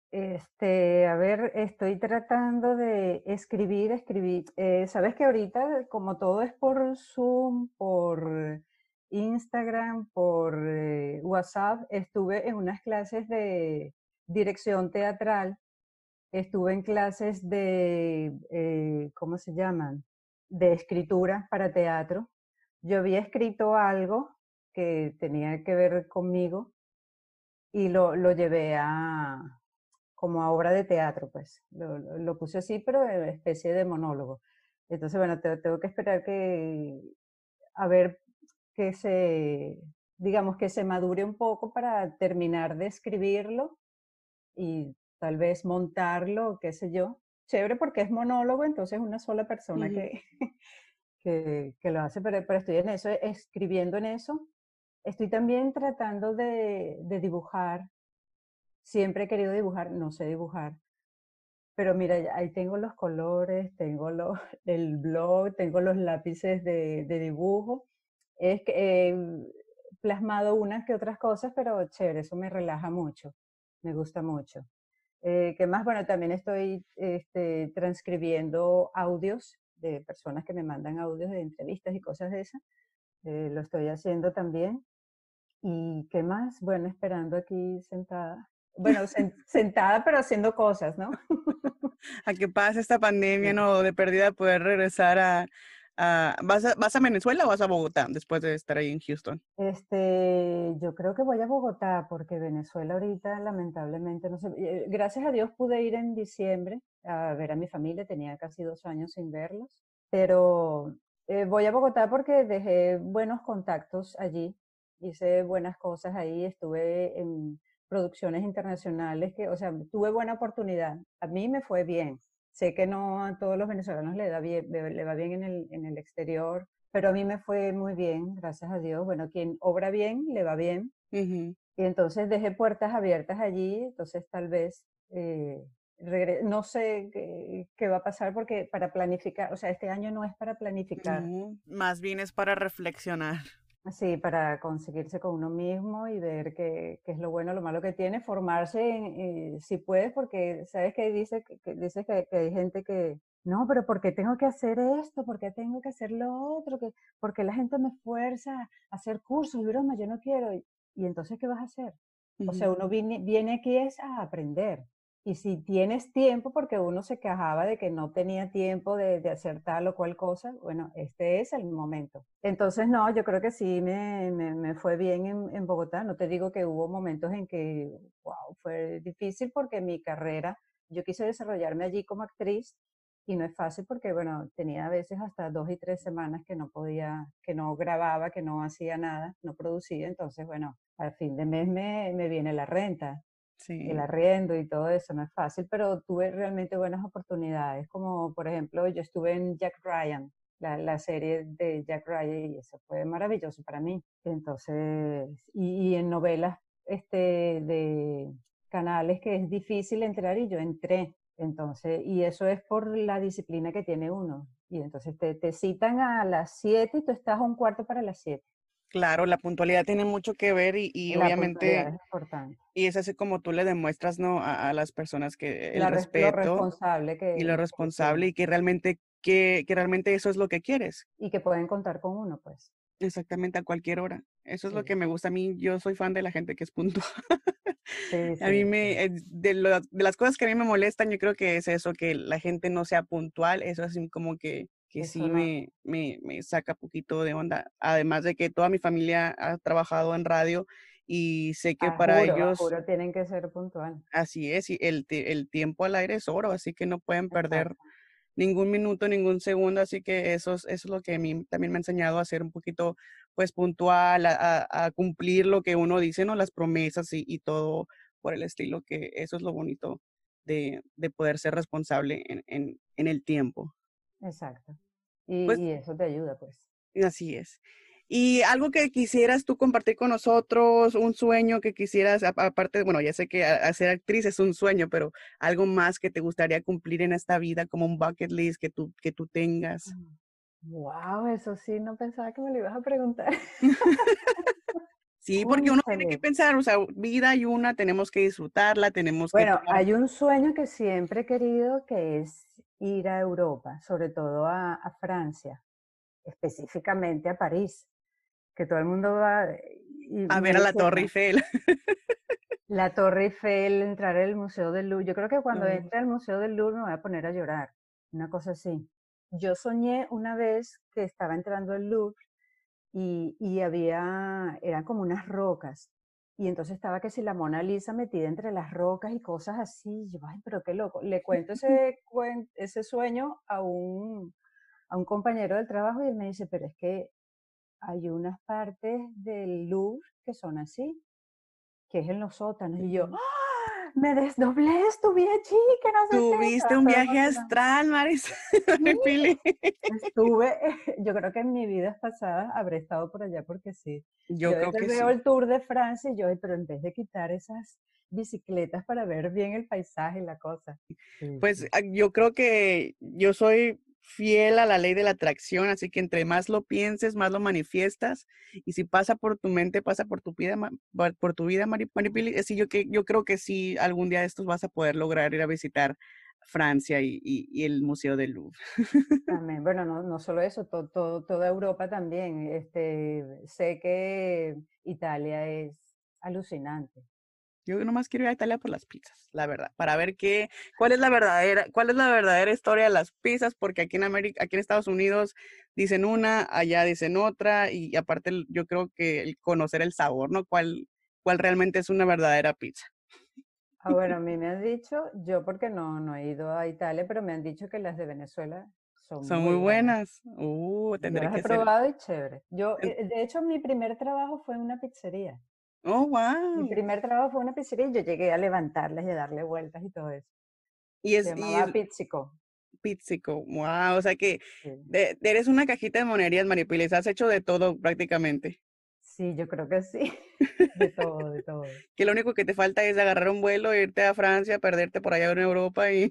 Este, a ver, estoy tratando de escribir, escribir. Eh, sabes que ahorita, como todo es por Zoom, por Instagram, por eh, WhatsApp, estuve en unas clases de dirección teatral. Estuve en clases de, eh, ¿cómo se llaman? De escritura para teatro. Yo había escrito algo que tenía que ver conmigo y lo, lo llevé a, como a obra de teatro, pues. Lo, lo- lo puse así, pero en especie de monólogo. Entonces, bueno, te- tengo que esperar que, a ver que se, digamos, que se madure un poco para terminar de escribirlo y tal vez montarlo, qué sé yo. Chévere porque es monólogo, entonces una sola persona Ujú. que, que, que lo hace, pero, pero estoy en eso, escribiendo en eso. Estoy también tratando de, de dibujar. Siempre he querido dibujar, no sé dibujar. Pero mira, ya ahí tengo los colores, tengo los, el blog, tengo los lápices de, de dibujo. Es que he plasmado unas que otras cosas, pero chévere, eso me relaja mucho, me gusta mucho. Eh, ¿qué más? Bueno, también estoy este, transcribiendo audios de personas que me mandan audios de entrevistas y cosas de esas. Eh, lo estoy haciendo también. ¿Y qué más? Bueno, esperando aquí sentada. Bueno, sen- sentada pero haciendo cosas, ¿no? A que pase esta pandemia, Sí. ¿no? De pérdida poder regresar a, a- ¿vas a, vas a Venezuela o vas a Bogotá después de estar ahí en Houston? Este, yo creo que voy a Bogotá porque Venezuela ahorita lamentablemente no sé, eh, gracias a Dios pude ir en diciembre a ver a mi familia, tenía casi dos años sin verlos, pero eh, voy a Bogotá porque dejé buenos contactos allí, hice buenas cosas ahí, estuve en producciones internacionales que, o sea, tuve buena oportunidad, a mí me fue bien, sé que no a todos los venezolanos le da bien, le va bien en el, en el exterior, pero a mí me fue muy bien, gracias a Dios. Bueno, quien obra bien, le va bien. Ujú. Y entonces dejé puertas abiertas allí, entonces tal vez, eh, regre- no sé qué, qué va a pasar porque para planificar, o sea, este año no es para planificar, No, más bien es para reflexionar. así, para conseguirse con uno mismo y ver qué, qué es lo bueno, lo malo que tiene, formarse en, eh, si puedes, porque sabes que dice que, que, dice que, que hay gente que, no, pero ¿por qué tengo que hacer esto? ¿Por qué tengo que hacer lo otro? ¿Por porque la gente me fuerza a hacer cursos y broma? Yo no quiero. Y, y entonces, ¿qué vas a hacer? O sea, Ujú. uno viene, viene aquí es a aprender y si tienes tiempo, porque uno se quejaba de que no tenía tiempo de, de hacer tal o cual cosa, bueno, este es el momento. Entonces, no, yo creo que sí me, me, me fue bien en, en Bogotá. No te digo que hubo momentos en que, wow, fue difícil porque mi carrera, yo quise desarrollarme allí como actriz y no es fácil porque, bueno, tenía a veces hasta dos y tres semanas que no podía, que no grababa, que no hacía nada, no producía. Entonces, bueno, al fin de mes me, me viene la renta, el Sí. arriendo y todo eso, no es fácil, pero tuve realmente buenas oportunidades, como por ejemplo, yo estuve en Jack Ryan, la, la serie de Jack Ryan, y eso fue maravilloso para mí. Entonces, y, y en novelas este, de canales que es difícil entrar y yo entré. Entonces, y eso es por la disciplina que tiene uno. Y entonces te, te citan a las siete y tú estás a un cuarto para las siete. Claro, la puntualidad tiene mucho que ver y, y La puntualidad obviamente, es importante. y es así como tú le demuestras, ¿no? A, a las personas que el La, res- lo respeto responsable y lo que, que responsable somos y que realmente, que, que realmente eso es lo que quieres, y que pueden contar con uno, pues. exactamente a cualquier hora. Eso es lo Sí, que me gusta a mí. Yo soy fan de la gente que es puntual. sí, A mí sí, sí. me, eh, de, lo- de las cosas que a mí me molestan, yo creo que es eso, que la gente no sea puntual. Eso así como que, que Eso sí no, me, me, me saca poquito de onda. Además de que toda mi familia ha trabajado en radio y sé que a para juro, a ellos juro tienen que ser puntual. así es, y el, ti- el tiempo al aire es oro, así que no pueden perder Exacto. ningún minuto, ningún segundo, así que eso es, eso es lo que a mí también me ha enseñado a ser un poquito, pues, puntual, a, a- a cumplir lo que uno dice, ¿no? Las promesas y, y todo por el estilo, que eso es lo bonito de, de poder ser responsable en, en, en el tiempo. Exacto. Y, Pues y eso te ayuda, pues. así es. Y algo que quisieras tú compartir con nosotros, un sueño que quisieras, a- aparte, bueno, ya sé que a- a ser actriz es un sueño, pero algo más que te gustaría cumplir en esta vida, como un bucket list que tú, que tú tengas. Wow, eso sí, no pensaba que me lo ibas a preguntar. Sí, porque uno tiene que Cónchale. pensar, o sea, vida hay una, tenemos que disfrutarla, tenemos que Bueno, tomar. hay un sueño que siempre he querido que es ir a Europa, sobre todo a, a Francia, específicamente a París, que todo el mundo va y A ver me a la dice, Torre no, Eiffel. la Torre Eiffel, entrar al Museo del Louvre. Yo creo que cuando No. entre al Museo del Louvre me voy a poner a llorar, una cosa así. Yo soñé una vez que estaba entrando al Louvre y, y había, eran como unas rocas. Y entonces estaba que si la Mona Lisa metida entre las rocas y cosas así. Y yo, ay, pero qué loco. Le cuento ese, cuen- ese sueño a un, a un compañero del trabajo y él me dice, pero es que hay unas partes del Louvre que son así, que es en los sótanos. Y yo, Ujú. ¡ah! Me desdoblé, estuve allí, que no sé qué. Tuviste Estaba un toda viaje emocionada. astral, Maris. Sí, Pili. estuve, yo creo que en mi vida pasada habré estado por allá porque sí. Yo Yo a creo veces que veo sí. el Tour de Francia y yo, "Ay, pero en vez de quitar esas bicicletas para ver bien el paisaje y la cosa". Sí, Pues sí. ah, yo creo que yo soy fiel a la ley de la atracción, así que entre más lo pienses, más lo manifiestas. Y si pasa por tu mente, pasa por tu vida, ma- va- por tu vida, Mari- Maripili. Así yo que yo creo que sí, algún día de estos vas a poder lograr ir a visitar Francia y, y- y el Museo del Louvre. También, bueno, no, no solo eso, to- to- toda Europa también. Este, sé que Italia es alucinante. Yo nomás quiero ir a Italia por las pizzas, la verdad, para ver qué, cuál es la verdadera, cuál es la verdadera historia de las pizzas, porque aquí en América, aquí en Estados Unidos dicen una, allá dicen otra, y aparte el- yo creo que el conocer el sabor, ¿no? Cuál, cuál realmente es una verdadera pizza. Ah, bueno, a mí me han dicho, yo porque no, no he ido a Italia, pero me han dicho que las de Venezuela son Son muy muy buenas. buenas. Uh, Yo tendré las que he hacer. probado y chévere. Yo, ten- eh, de hecho, mi primer trabajo fue en una pizzería. Oh, Mi wow. primer trabajo fue en una pizzería y yo llegué a levantarlas y a darle vueltas y todo eso. Y Se es, y es llamaba Pizzico. pizzico. Wow. O sea que Sí. de- eres una cajita de monerías, Maripiles. Has hecho de todo prácticamente. Sí, yo creo que sí. De todo, de todo. Que lo único que te falta es agarrar un vuelo, irte a Francia, perderte por allá en Europa y,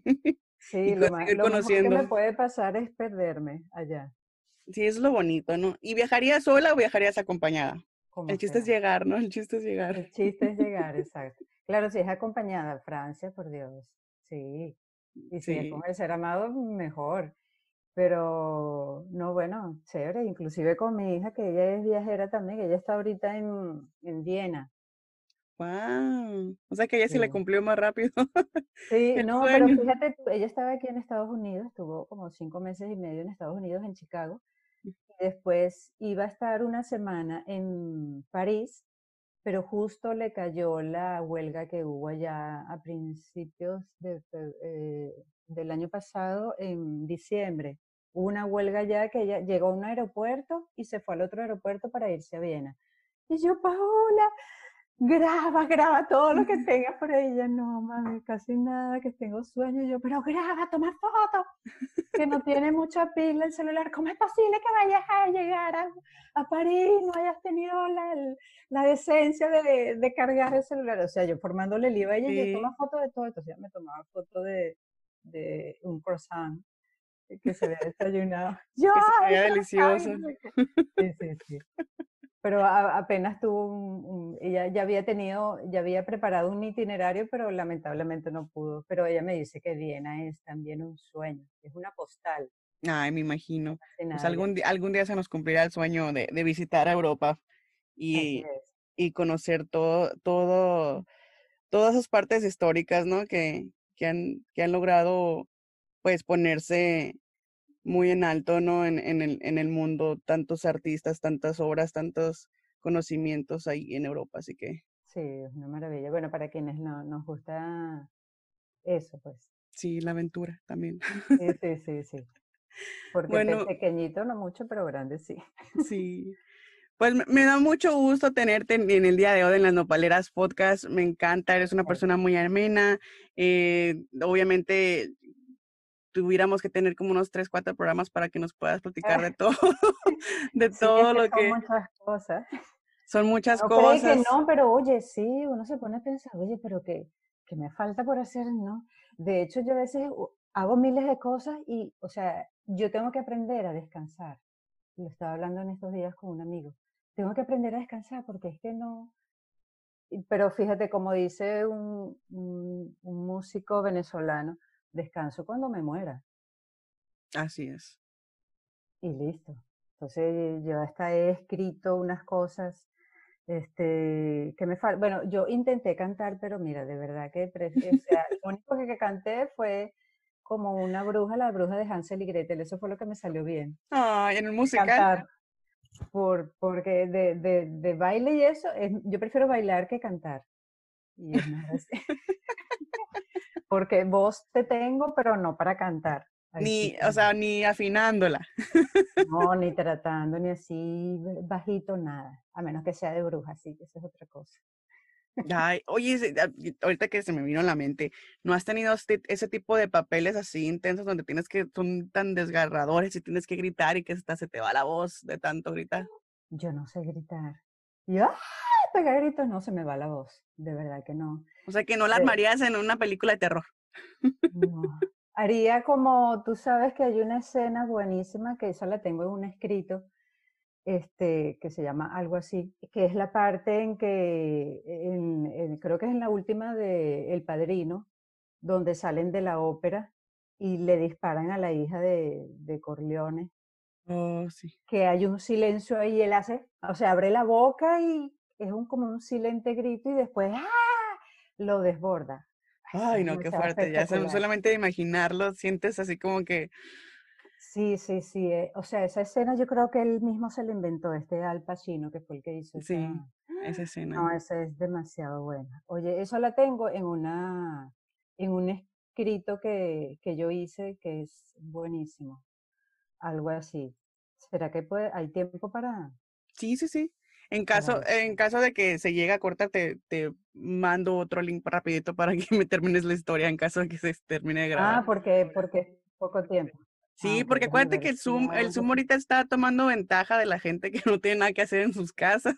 y Sí, co- lo más, seguir lo mejor que me conociendo. puede pasar es perderme allá, Sí, eso es lo bonito, ¿no? ¿Y viajarías sola o viajarías acompañada? El como chiste es sea. llegar, ¿no? El chiste es llegar. El chiste es llegar, exacto. Claro, si es acompañada a Francia, por Dios. Sí. Y si es con Sí, el ser amado, mejor. Pero no, bueno, chévere, inclusive con mi hija, que ella es viajera también, ella está ahorita en, en Viena. Wow. O sea que ella sí le Sí. cumplió más rápido Sí, el no, pero sueño. fíjate, tú, ella estaba aquí en Estados Unidos, estuvo como cinco meses y medio en Estados Unidos, en Chicago, y después iba a estar una semana en París, pero justo le cayó la huelga que hubo allá a principios de fe- eh, del año pasado, en diciembre. Hubo una huelga allá que ella llegó a un aeropuerto y se fue al otro aeropuerto para irse a Viena. Y yo, Paola, graba, graba todo lo que tengas por ahí. Ya no, mami, casi nada, que tengo sueño. Y yo, pero graba, toma fotos, que no tiene mucha pila el celular. ¿Cómo es posible que vayas a llegar a, a París y no hayas tenido la, la decencia de, de cargar el celular? O sea, yo formándole el I V a ella, y yo Sí, toma fotos de todo. Entonces ella me tomaba foto de, de un croissant que se había desayunado. Yo, que se ay, veía croissant, y delicioso. no sé qué. Sí, sí, sí. Pero a- apenas tuvo un, un- ella ya había tenido, ya había preparado un itinerario, pero lamentablemente no pudo. Pero ella me dice que Viena es también un sueño, es una postal. Ay, me imagino. Pues Fascinada ella. algún día, algún día se nos cumplirá el sueño de, de visitar a Europa Así y, es. y conocer todo, todo, todas esas partes históricas, ¿no? Que, que han, que han logrado, pues, ponerse muy en alto, ¿no? En, en el, en el mundo, tantos artistas, tantas obras, tantos conocimientos ahí en Europa. Así que Sí, es una maravilla. Bueno, para quienes no, nos gusta eso, pues. sí, la aventura también. Sí, sí, sí, sí. Porque pe- Bueno, pequeñito no mucho, pero grande sí. sí. Pues me, me da mucho gusto tenerte en, en el día de hoy en las Nopaleras Podcast. Me encanta, eres una Ay, persona muy amena. Eh, obviamente tuviéramos que tener como unos tres, cuatro programas para que nos puedas platicar de todo, de sí, es todo que lo son que muchas cosas. son muchas Uno cree que cosas. no, pero oye, sí, uno se pone a pensar, oye, pero que, que me falta por hacer, ¿no? De hecho, yo a veces u- hago miles de cosas y, o sea, yo tengo que aprender a descansar. Lo estaba hablando en estos días con un amigo. Tengo que aprender a descansar porque es que no. y- Pero fíjate, como dice un, un, un músico venezolano, descanso cuando me muera Así es. y listo. Entonces, yo hasta he escrito unas cosas. Este, que me falta, bueno, yo intenté cantar, pero mira, de verdad que, pre- o sea, lo único que, que canté fue como una bruja, la bruja de Hansel y Gretel, eso fue lo que me salió bien, Ay, en el de musical. cantar, por, porque de, de, de baile y eso, es- yo prefiero bailar que cantar, y es mejor así, porque voz te tengo, pero no para cantar, ahí sí Ni, que o no, sea, ni afinándola. no, ni tratando, ni así bajito, nada, a menos que sea de bruja, sí, que eso es otra cosa. Ay, oye, se- a- y ahorita que se me vino a la mente, ¿no has tenido este- ese tipo de papeles así intensos donde tienes que, son tan desgarradores y tienes que gritar y que hasta se te va la voz de tanto gritar? Yo no sé gritar. Y yo, ¡ah! Pegar gritos, no se me va la voz. De verdad que no. O sea, que no la Eh, armarías en una película de terror. no. Haría como, tú sabes que hay una escena buenísima, que esa la tengo en un escrito, este, que se llama algo así, que es la parte en que, en- en- creo que es en la última de El Padrino, donde salen de la ópera y le disparan a la hija de, de Corleone, Oh, sí. que hay un silencio ahí, él hace, o sea, abre la boca y es un, como un silente grito y después ¡ah! Lo desborda. Ay, eso Ay, es no, qué demasiado fuerte. Ya sol- espectacular. solamente de imaginarlo, sientes así como que, Sí, sí, sí. eh, O sea, esa escena yo creo que él mismo se la inventó, este Al Pacino, que fue el que hizo esa. sí, esa escena. No, esa es demasiado buena. Oye, eso la tengo en una, en un escrito que, que yo hice que es buenísimo. Algo así. ¿Será que puede, hay tiempo para, Sí, sí, sí. En para caso, eso? en caso de que se llegue a cortar, te, te mando otro link rapidito para que me termines la historia en caso de que se termine de Ah, grabar. porque, porque es poco tiempo. Ah, Sí, ok, porque déjame acuérdate ver que el si Zoom, el Zoom algo. ahorita está tomando ventaja de la gente que no tiene nada que hacer en sus casas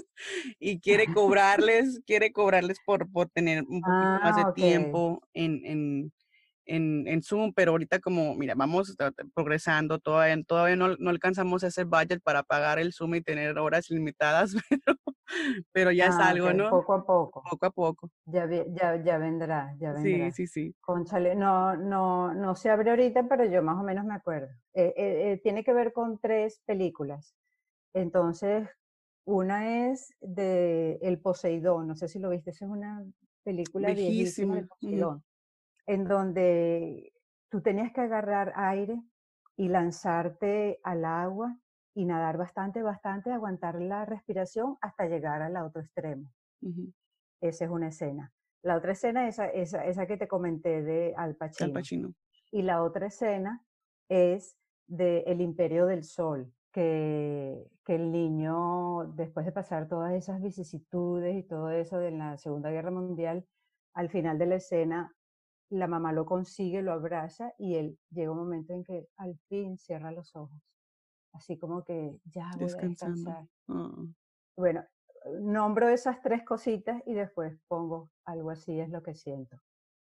y quiere cobrarles, quiere cobrarles por, por tener un poquito más de Ah, ok. tiempo en, en, en, en Zoom, pero ahorita como, mira, vamos a- progresando, todavía, todavía no, no alcanzamos ese budget para pagar el Zoom y tener horas limitadas, pero, pero ya es Ah, algo, ok, ¿no? poco a poco. Poco a poco. Ya, vi- ya, ya vendrá, ya Sí, vendrá. sí, sí. Cónchale, no, no, no se abre ahorita, pero yo más o menos me acuerdo. Eh, eh, eh, tiene que ver con tres películas. Entonces, Una es de El Poseidón, no sé si lo viste, esa es una película viejísima del Viejísima. Ujú. Poseidón, en donde tú tenías que agarrar aire y lanzarte al agua y nadar bastante, bastante, aguantar la respiración hasta llegar al otro extremo. Ujú. Esa es una escena. La otra escena es esa, esa, esa que te comenté de Al Al Pacino. Pacino. Y la otra escena es de El Imperio del Sol, que, que el niño, después de pasar todas esas vicisitudes y todo eso de la Segunda Guerra Mundial, al final de la escena, la mamá lo consigue, lo abraza y él llega un momento en que al fin cierra los ojos, así como que ya voy a Descansando. descansar. Ah. Bueno, nombro esas tres cositas y después pongo algo así es lo que siento.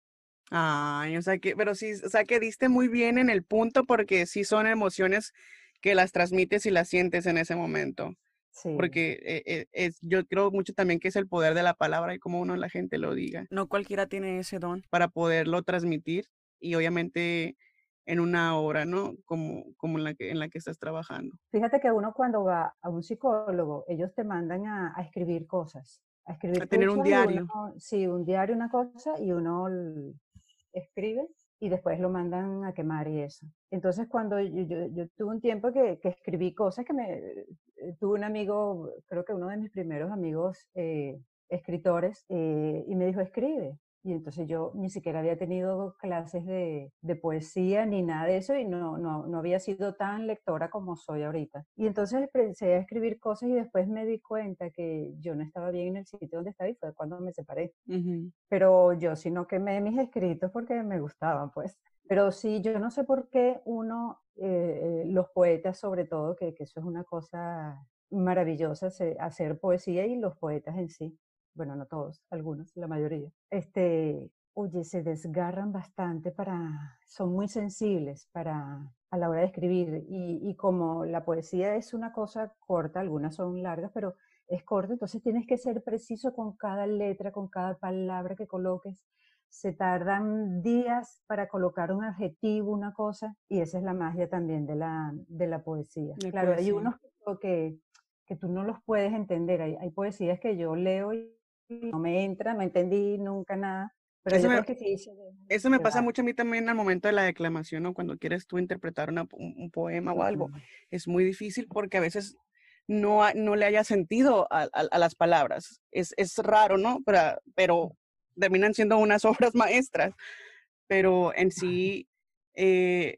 Ay, o sea que, pero sí, o sea que diste muy bien en el punto porque sí son emociones que las transmites y las sientes en ese momento. Sí, Porque eh, eh, es, yo creo mucho también que es el poder de la palabra y cómo uno la gente lo diga No cualquiera tiene ese don. para poderlo transmitir y obviamente en una obra, ¿no? Como, como en la que, en la que estás trabajando. fíjate que uno cuando va a un psicólogo, ellos te mandan a, a escribir cosas, a escribir A tener un cosas y uno, diario. sí, un diario, una cosa, y uno l- escribe y después lo mandan a quemar y eso. Entonces cuando yo, yo, yo tuve un tiempo que, que escribí cosas que me, eh, tuve un amigo, creo que uno de mis primeros amigos eh, escritores, eh, y me dijo, escribe. Y entonces yo ni siquiera había tenido clases de, de poesía ni nada de eso y no, no, no había sido tan lectora como soy ahorita. Y entonces empecé a escribir cosas y después me di cuenta que yo no estaba bien en el sitio donde estaba y fue cuando me separé. Ujú. Pero yo sí no quemé mis escritos porque me gustaban, pues. Pero sí, yo no sé por qué uno, eh, eh, los poetas sobre todo, que, que eso es una cosa maravillosa, se- hacer poesía y los poetas en sí, bueno, no todos, algunos, la mayoría, este, oye, se desgarran bastante para, son muy sensibles para, a la hora de escribir. Y, y como la poesía es una cosa corta, algunas son largas, pero es corto, entonces tienes que ser preciso con cada letra, con cada palabra que coloques. Se tardan días para colocar un adjetivo, una cosa, y esa es la magia también de la, de la poesía. De Claro, hay poesía. unos que, que tú no los puedes entender, hay, hay poesías que yo leo y no me entra, no entendí nunca nada, pero hay Eso me, otras que sí se dejan eso me pasa llevar. mucho a mí también al momento de la declamación, ¿no? Cuando quieres tú interpretar una- un, un poema o algo. Ujú. Es muy difícil porque a veces no, ha- no le haya sentido a, a- a las palabras. Es, es raro, ¿no? Pero, pero terminan siendo unas obras maestras. Pero en sí, eh,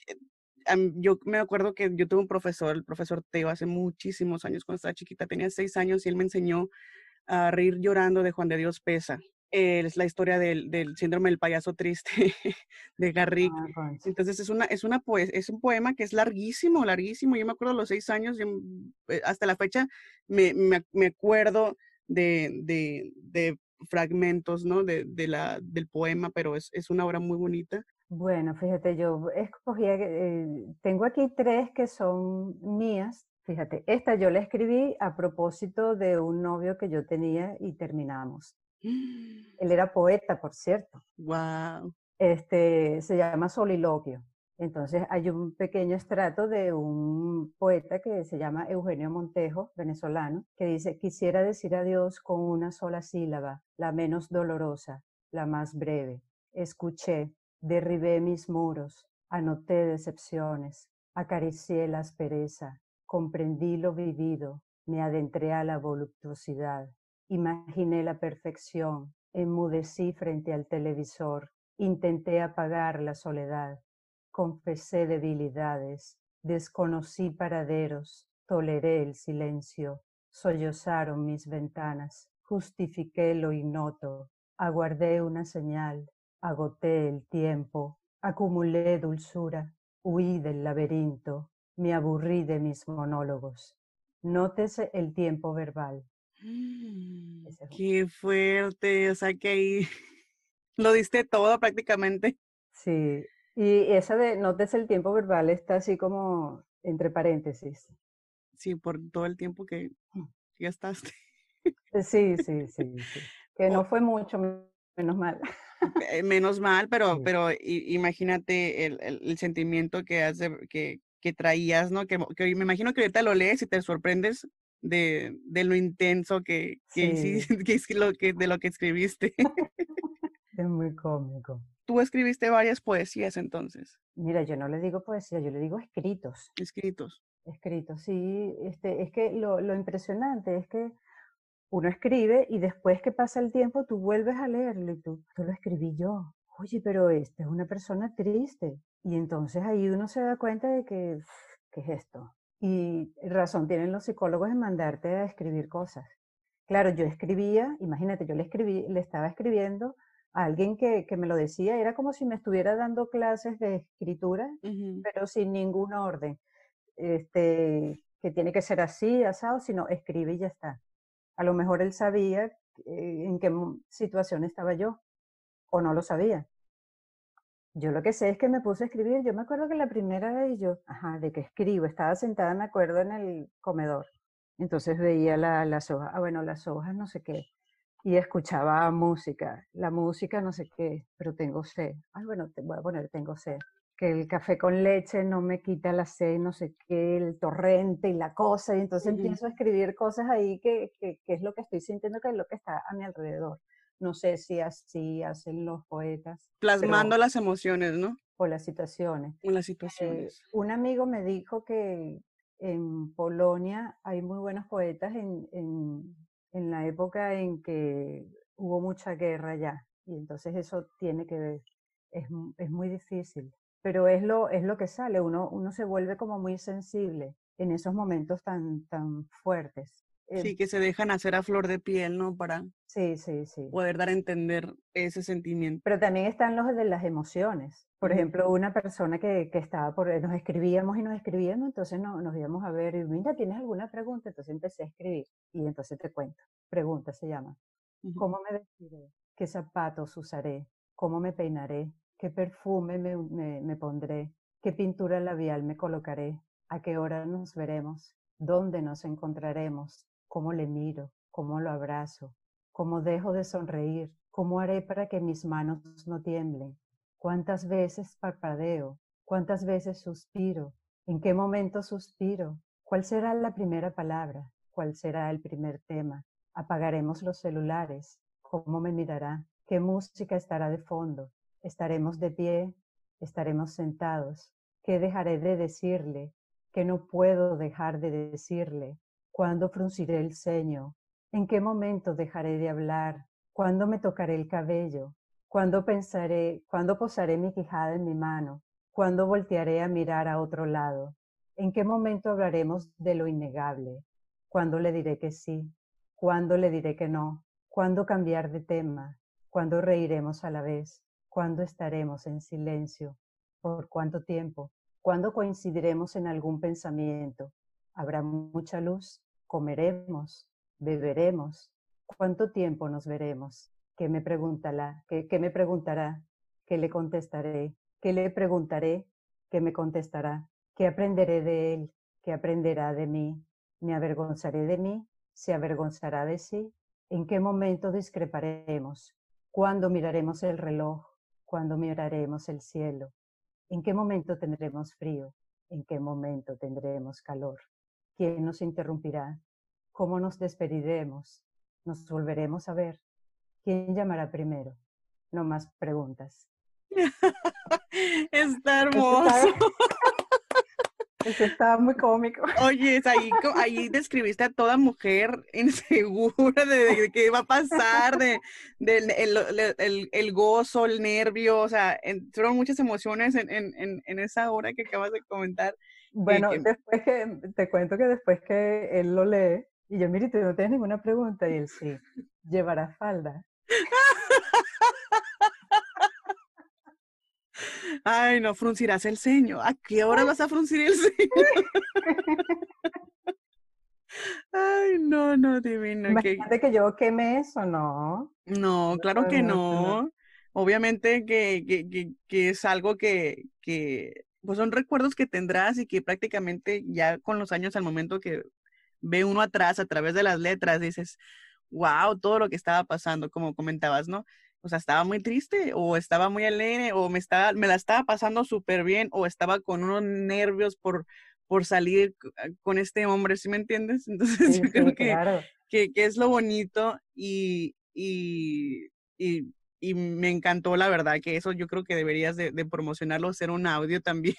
am- yo me acuerdo que yo tuve un profesor, el profesor Teo, hace muchísimos años, cuando estaba chiquita, tenía seis años y él me enseñó a reír llorando de Juan de Dios Pesa. Eh, es la historia del, del síndrome del payaso triste de Garrick. Ah, concha. Entonces es una, es una poe- es un poema que es larguísimo, larguísimo. Yo me acuerdo a los seis años, yo, mm, eh, hasta la fecha me, me, me acuerdo de, de, de fragmentos, ¿no? De, de la, del poema, pero es, es una obra muy bonita. Bueno, fíjate, yo escogí, eh, tengo aquí tres que son mías. Fíjate, esta yo la escribí a propósito de un novio que yo tenía y terminamos. Él era poeta, por cierto. Wow. Este, se llama Soliloquio. Entonces hay un pequeño estrato de un poeta que se llama Eugenio Montejo, venezolano, que dice, quisiera decir adiós con una sola sílaba, la menos dolorosa, la más breve. Escuché, derribé mis muros, anoté decepciones, acaricié la aspereza, comprendí lo vivido, me adentré a la voluptuosidad, imaginé la perfección, enmudecí frente al televisor, intenté apagar la soledad, confesé debilidades, desconocí paraderos, toleré el silencio, sollozaron mis ventanas, justifiqué lo ignoto, aguardé una señal, agoté el tiempo, acumulé dulzura, huí del laberinto, me aburrí de mis monólogos. Nótese el tiempo verbal. Mm, Ese es un- Qué fuerte, o sea que ahí lo diste todo prácticamente. Sí, y esa de nótese el tiempo verbal está así como entre paréntesis. Sí, por todo el tiempo que gastaste. Eh, Sí, sí, sí, sí. Que O- no fue mucho, menos mal. eh, menos mal, pero, Sí. pero i- imagínate el, el- el sentimiento que, has de- que, que traías, ¿no? Que, mo- que me imagino que ahorita lo lees y te sorprendes de, de lo intenso que, que Sí, hiciste, que es lo que, de lo que escribiste. es muy cómico. Tú escribiste varias poesías entonces, Mira, yo no le digo poesía, yo le digo escritos. escritos. Escritos, sí. Este, es que lo, lo impresionante es que uno escribe y después que pasa el tiempo tú vuelves a leerlo y tú, esto lo escribí yo. Oye, pero esta es una persona triste. Y entonces ahí uno se da cuenta de que, ¿qué es esto? Y razón tienen los psicólogos en mandarte a escribir cosas. Claro, yo escribía, imagínate, yo le escribí, le estaba escribiendo a alguien que, que me lo decía, era como si me estuviera dando clases de escritura, Ujú. pero sin ningún orden. Este, que tiene que ser así, asado, sino escribe y ya está. A lo mejor él sabía eh, en qué mo- situación estaba yo, o no lo sabía. Yo lo que sé es que me puse a escribir. Yo me acuerdo que la primera vez yo, ajá, de que escribo, estaba sentada, me acuerdo, en el comedor. Entonces veía la- las hojas, ah, bueno, las hojas no sé qué, y escuchaba música, la música no sé qué, pero tengo sed. Ay, bueno, te voy a poner tengo sed. Que el café con leche no me quita la sed, no sé qué, el torrente y la cosa, y entonces Ujú. empiezo a escribir cosas ahí que, que, que es lo que estoy sintiendo, que es lo que está a mi alrededor. No sé si así hacen los poetas, Plasmando pero las emociones, ¿no? por las situaciones. O las Eh, situaciones. un amigo me dijo que en Polonia hay muy buenos poetas en, en, en la época en que hubo mucha guerra allá. Y entonces eso tiene que ver, es, mu- es muy difícil. Pero es lo, es lo que sale, uno, uno se vuelve como muy sensible en esos momentos tan, tan fuertes. Eh, Sí, que se dejan hacer a flor de piel, ¿no? Para sí, sí, sí. poder dar a entender ese sentimiento. Pero también están los de las emociones. Por Ujú. ejemplo, una persona que, que estaba por, nos escribíamos y nos escribíamos, entonces no, nos íbamos a ver y mira, ¿tienes alguna pregunta? Entonces empecé a escribir y entonces te cuento. Pregunta se llama. Ujú. ¿Cómo me vestiré? ¿Qué zapatos usaré? ¿Cómo me peinaré? ¿Qué perfume me, me, me pondré? ¿Qué pintura labial me colocaré? ¿A qué hora nos veremos? ¿Dónde nos encontraremos? ¿Cómo le miro? ¿Cómo lo abrazo? ¿Cómo dejo de sonreír? ¿Cómo haré para que mis manos no tiemblen? ¿Cuántas veces parpadeo? ¿Cuántas veces suspiro? ¿En qué momento suspiro? ¿Cuál será la primera palabra? ¿Cuál será el primer tema? Apagaremos los celulares. ¿Cómo me mirará? ¿Qué música estará de fondo? ¿Estaremos de pie? ¿Estaremos sentados? ¿Qué dejaré de decirle? ¿Qué no puedo dejar de decirle? ¿Cuándo frunciré el ceño? ¿En qué momento dejaré de hablar? ¿Cuándo me tocaré el cabello? ¿Cuándo pensaré, cuándo posaré mi quijada en mi mano? ¿Cuándo voltearé a mirar a otro lado? ¿En qué momento hablaremos de lo innegable? ¿Cuándo le diré que sí? ¿Cuándo le diré que no? ¿Cuándo cambiar de tema? ¿Cuándo reiremos a la vez? ¿Cuándo estaremos en silencio? ¿Por cuánto tiempo? ¿Cuándo coincidiremos en algún pensamiento? ¿Habrá mucha luz? ¿Comeremos? ¿Beberemos? ¿Cuánto tiempo nos veremos? ¿Qué me preguntará? ¿Qué, qué me preguntará? ¿Qué le contestaré? ¿Qué le preguntaré? ¿Qué me contestará? ¿Qué aprenderé de él? ¿Qué aprenderá de mí? ¿Me avergonzaré de mí? ¿Se avergonzará de sí? ¿En qué momento discreparemos? ¿Cuándo miraremos el reloj? ¿Cuándo miraremos el cielo? ¿En qué momento tendremos frío? ¿En qué momento tendremos calor? ¿Quién nos interrumpirá? ¿Cómo nos despediremos? ¿Nos volveremos a ver? ¿Quién llamará primero? No más preguntas. Está Eso está, hermoso. eso está muy cómico. Oye, es ahí, co- ahí describiste a toda mujer insegura de, de qué va a pasar, de, del el, el- el- el gozo, el nervio, o sea, en- fueron muchas emociones en, en, en, en esa hora que acabas de comentar. Que, Bueno, que, después que te cuento que después que él lo lee, y yo, mire, tú no tienes ninguna pregunta, y él sí, llevará falda. ay, no, fruncirás el ceño. ¿A qué hora vas a fruncir el ceño? Ay, no, no, divino, que Imagínate que yo queme eso, no. no, claro No, que no, no, no. no. Obviamente que, que, que, que es algo que, que, pues son recuerdos que tendrás y que prácticamente ya con los años, al momento que ve uno atrás a través de las letras, dices, wow, todo lo que estaba pasando, como comentabas, ¿no? O sea, estaba muy triste o estaba muy alegre o me estaba, me la estaba pasando súper bien o estaba con unos nervios por, por salir con este hombre, ¿sí me entiendes? Entonces Sí, yo creo sí, que, claro. que, que es lo bonito y, y, y, y me encantó la verdad que eso yo creo que deberías de, de promocionarlo, hacer un audio también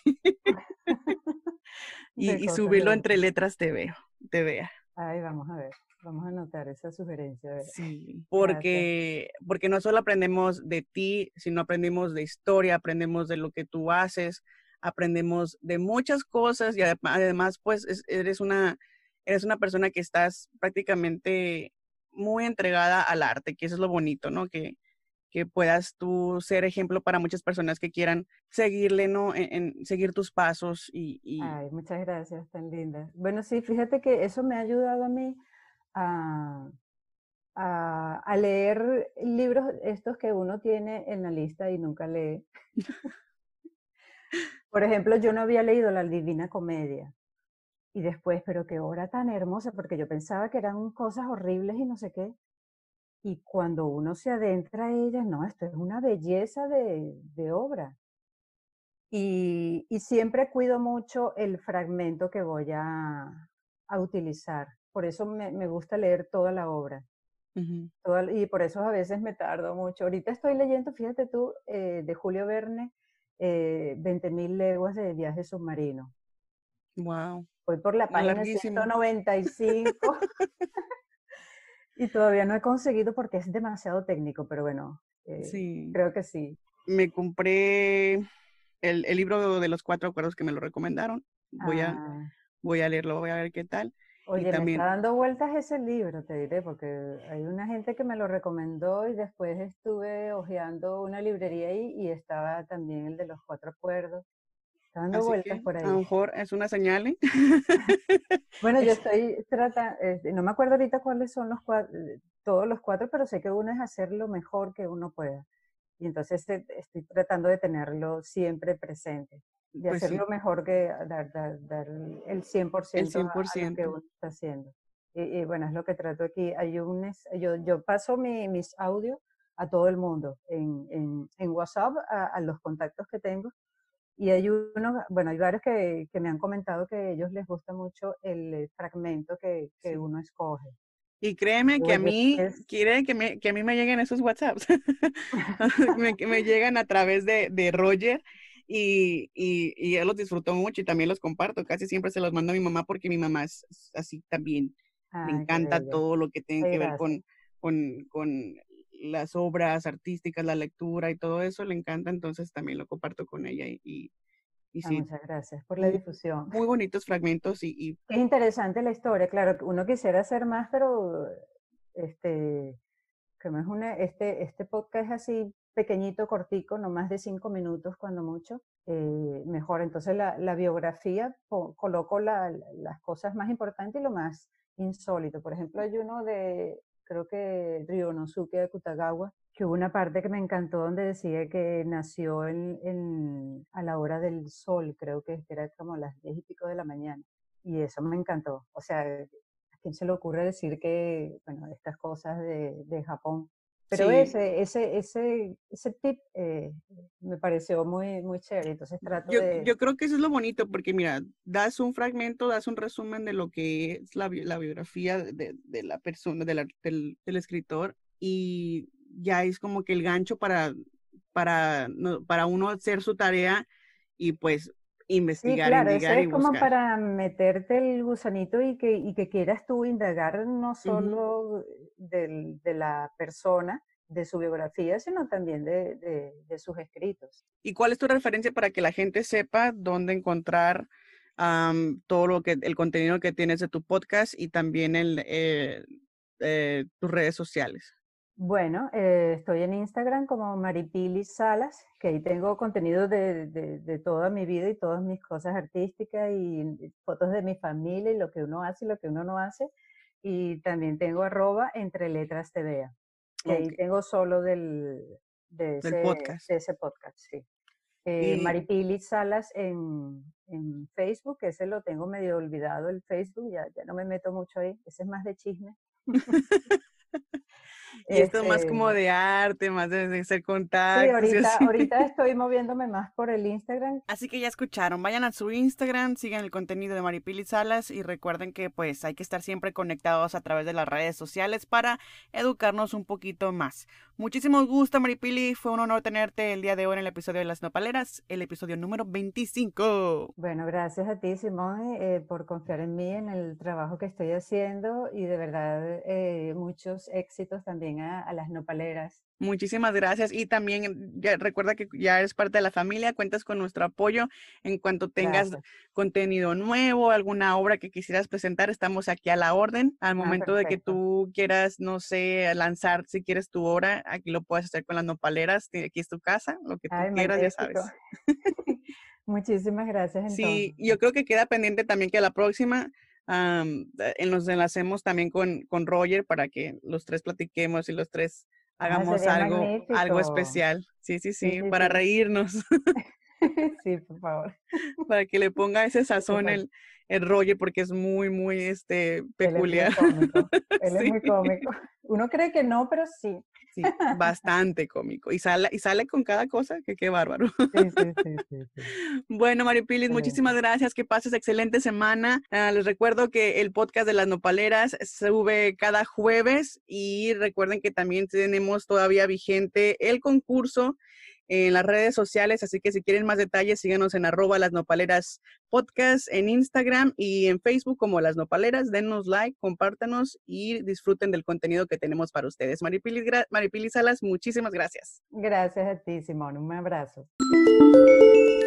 De y, y cosas subirlo entre locas. letras te veo, te vea. Ay, vamos a ver. Vamos a anotar esa sugerencia. A ver. Sí, Gracias. porque, porque no solo aprendemos de ti, sino aprendemos de historia, aprendemos de lo que tú haces, aprendemos de muchas cosas y adem- además, pues, es- eres una, eres una persona que estás prácticamente muy entregada al arte, que eso es lo bonito, ¿no? Que, que puedas tú ser ejemplo para muchas personas que quieran seguirle, ¿no? En, en seguir tus pasos y, y Ay, muchas gracias, tan linda. Bueno, sí, fíjate que eso me ha ayudado a mí a, a, a leer libros estos que uno tiene en la lista y nunca lee. Por ejemplo, yo no había leído La Divina Comedia. Y después, pero qué obra tan hermosa, porque yo pensaba que eran cosas horribles y no sé qué. Y cuando uno se adentra a ellas, no, esto es una belleza de, de obra. Y, y siempre cuido mucho el fragmento que voy a, a utilizar. Por eso me, me gusta leer toda la obra. ujú. Toda- y por eso a veces me tardo mucho. Ahorita estoy leyendo, fíjate tú, eh, de Julio Verne, eh, veinte mil leguas de viaje submarino. Wow, Voy por la no, página larguísimo. ciento noventa y cinco y todavía no he conseguido porque es demasiado técnico, pero bueno, eh, Sí, creo que sí. me compré el, el libro de los cuatro acuerdos que me lo recomendaron. Voy a, Ah, voy a leerlo, voy a ver qué tal. Y oye, me está también, dando vueltas ese libro, te diré, porque hay una gente que me lo recomendó y después estuve hojeando una librería ahí y estaba también el de los cuatro acuerdos. Está dando así vueltas que por a lo ahí. mejor es una señal, ¿eh? Bueno, yo Es- estoy tratando, no me acuerdo ahorita cuáles son los cuatro, todos los cuatro, pero sé que uno es hacer lo mejor que uno pueda. Y entonces eh, estoy tratando de tenerlo siempre presente, de pues hacer sí, lo mejor que dar, dar, dar el cien por el ciento a, cien por a lo que ciento. uno está haciendo. Y, y bueno, es lo que trato aquí. Hay un, es- yo, yo paso mi, mis audios a todo el mundo en, en, en WhatsApp, a, a los contactos que tengo. Y hay unos, bueno, hay varios que, que me han comentado que a ellos les gusta mucho el eh, fragmento que, que Sí. uno escoge. Y créeme que a Oye, mí, es, quiere que, me, que a mí me lleguen esos WhatsApps. me, que me llegan a través de, de Roger y, y, y él los disfrutó mucho y también los comparto. Casi siempre se los mando a mi mamá porque mi mamá es es así también. Le ay, qué encanta bella. todo lo que tenga Ay, que ver gracias. con, con, con las obras artísticas, la lectura y todo eso. Le encanta, entonces también lo comparto con ella. Y, y, y Ah, sí, muchas gracias por la muy, difusión. muy bonitos fragmentos y, y Es interesante la historia, claro, que uno quisiera hacer más, pero este, como es una, este, este podcast es así pequeñito, cortico, no más de cinco minutos cuando mucho, eh, mejor. Entonces la, la biografía po- coloco la- la- las cosas más importantes y lo más insólito. Por ejemplo, hay uno de, creo que Ryonosuke de Kutagawa, que hubo una parte que me encantó donde decía que nació en, en- a la hora del sol, creo que era como las diez y pico de la mañana. Y eso me encantó. O sea, ¿a quién se le ocurre decir que, bueno, estas cosas de, de Japón? Pero sí. ese, ese, ese, ese tip eh, me pareció muy, muy chévere. Entonces trato Yo, de, yo creo que eso es lo bonito, porque mira, das un fragmento, das un resumen de lo que es la, bi- la biografía de, de la persona, de la- del, del escritor, y ya es como que el gancho para, para, no- para uno hacer su tarea y pues sí, investigar, claro, ese indigar y es como buscar. para meterte el gusanito y que, y que quieras tú indagar no Ujú. solo del- de la persona, de su biografía, sino también de, de- de sus escritos. ¿Y cuál es tu referencia para que la gente sepa dónde encontrar am, todo lo que, el contenido que tienes de tu podcast y también el, eh, eh, tus redes sociales? Bueno, eh, estoy en Instagram como Maripili Salas, que ahí tengo contenido de, de- de toda mi vida y todas mis cosas artísticas y fotos de mi familia y lo que uno hace y lo que uno no hace. Y también tengo arroba entre letras T V A, que ahí Ok, tengo solo del, de, del ese, podcast. de ese podcast, sí. Eh, Y Maripili Salas en, en Facebook, ese lo tengo medio olvidado el Facebook, ya, ya no me meto mucho ahí, ese es más de chisme. Y esto es más Este, como de arte, más de, de hacer sí, contactos. y ahorita, así. ahorita estoy moviéndome más por el Instagram. Así que ya escucharon, vayan a su Instagram, sigan el contenido de Maripili Salas y recuerden que pues hay que estar siempre conectados a través de las redes sociales para educarnos un poquito más. Muchísimo gusto, Maripili, fue un honor tenerte el día de hoy en el episodio de Las Nopaleras, el episodio número veinticinco. Bueno, gracias a ti, Simón, eh, por confiar en mí, en el trabajo que estoy haciendo y de verdad eh, muchos éxitos también a, a las nopaleras. Muchísimas gracias y también ya recuerda que ya eres parte de la familia, cuentas con nuestro apoyo en cuanto tengas Gracias. contenido nuevo, alguna obra que quisieras presentar, estamos aquí a la orden. Al Ah, momento de que perfecto. tú quieras, no sé, lanzar si quieres tu obra, aquí lo puedes hacer con las nopaleras, que aquí es tu casa, lo que tú Ay, quieras, ya magnífico. sabes. Muchísimas gracias Sí, entonces. yo creo que queda pendiente también que la próxima am, eh, en nos enlacemos también con, con Roger para que los tres platiquemos y los tres Ah, hagamos sería algo, algo magnífico. especial. Sí, sí, Sí, sí, sí, para sí. reírnos, Sí, por favor. para que le ponga ese Por sazón supuesto. el, el Roger porque es muy, muy este, Él es muy peculiar. cómico. Él es Sí, muy cómico. Uno cree que no, pero sí. sí, bastante cómico. Y sale, y sale con cada cosa, que qué bárbaro. Sí, sí, sí, sí, sí. Bueno, Mario Pilis, Excelente. muchísimas gracias. Que pases excelente semana. Ah, les recuerdo que el podcast de las nopaleras sube cada jueves y recuerden que también tenemos todavía vigente el concurso en las redes sociales, así que si quieren más detalles, síganos en arroba las nopaleras podcast en Instagram y en Facebook como las nopaleras. Denos like, compártanos y disfruten del contenido que tenemos para ustedes. Maripili, gra- Maripili Salas, muchísimas gracias. Gracias a ti, Simón. Un abrazo.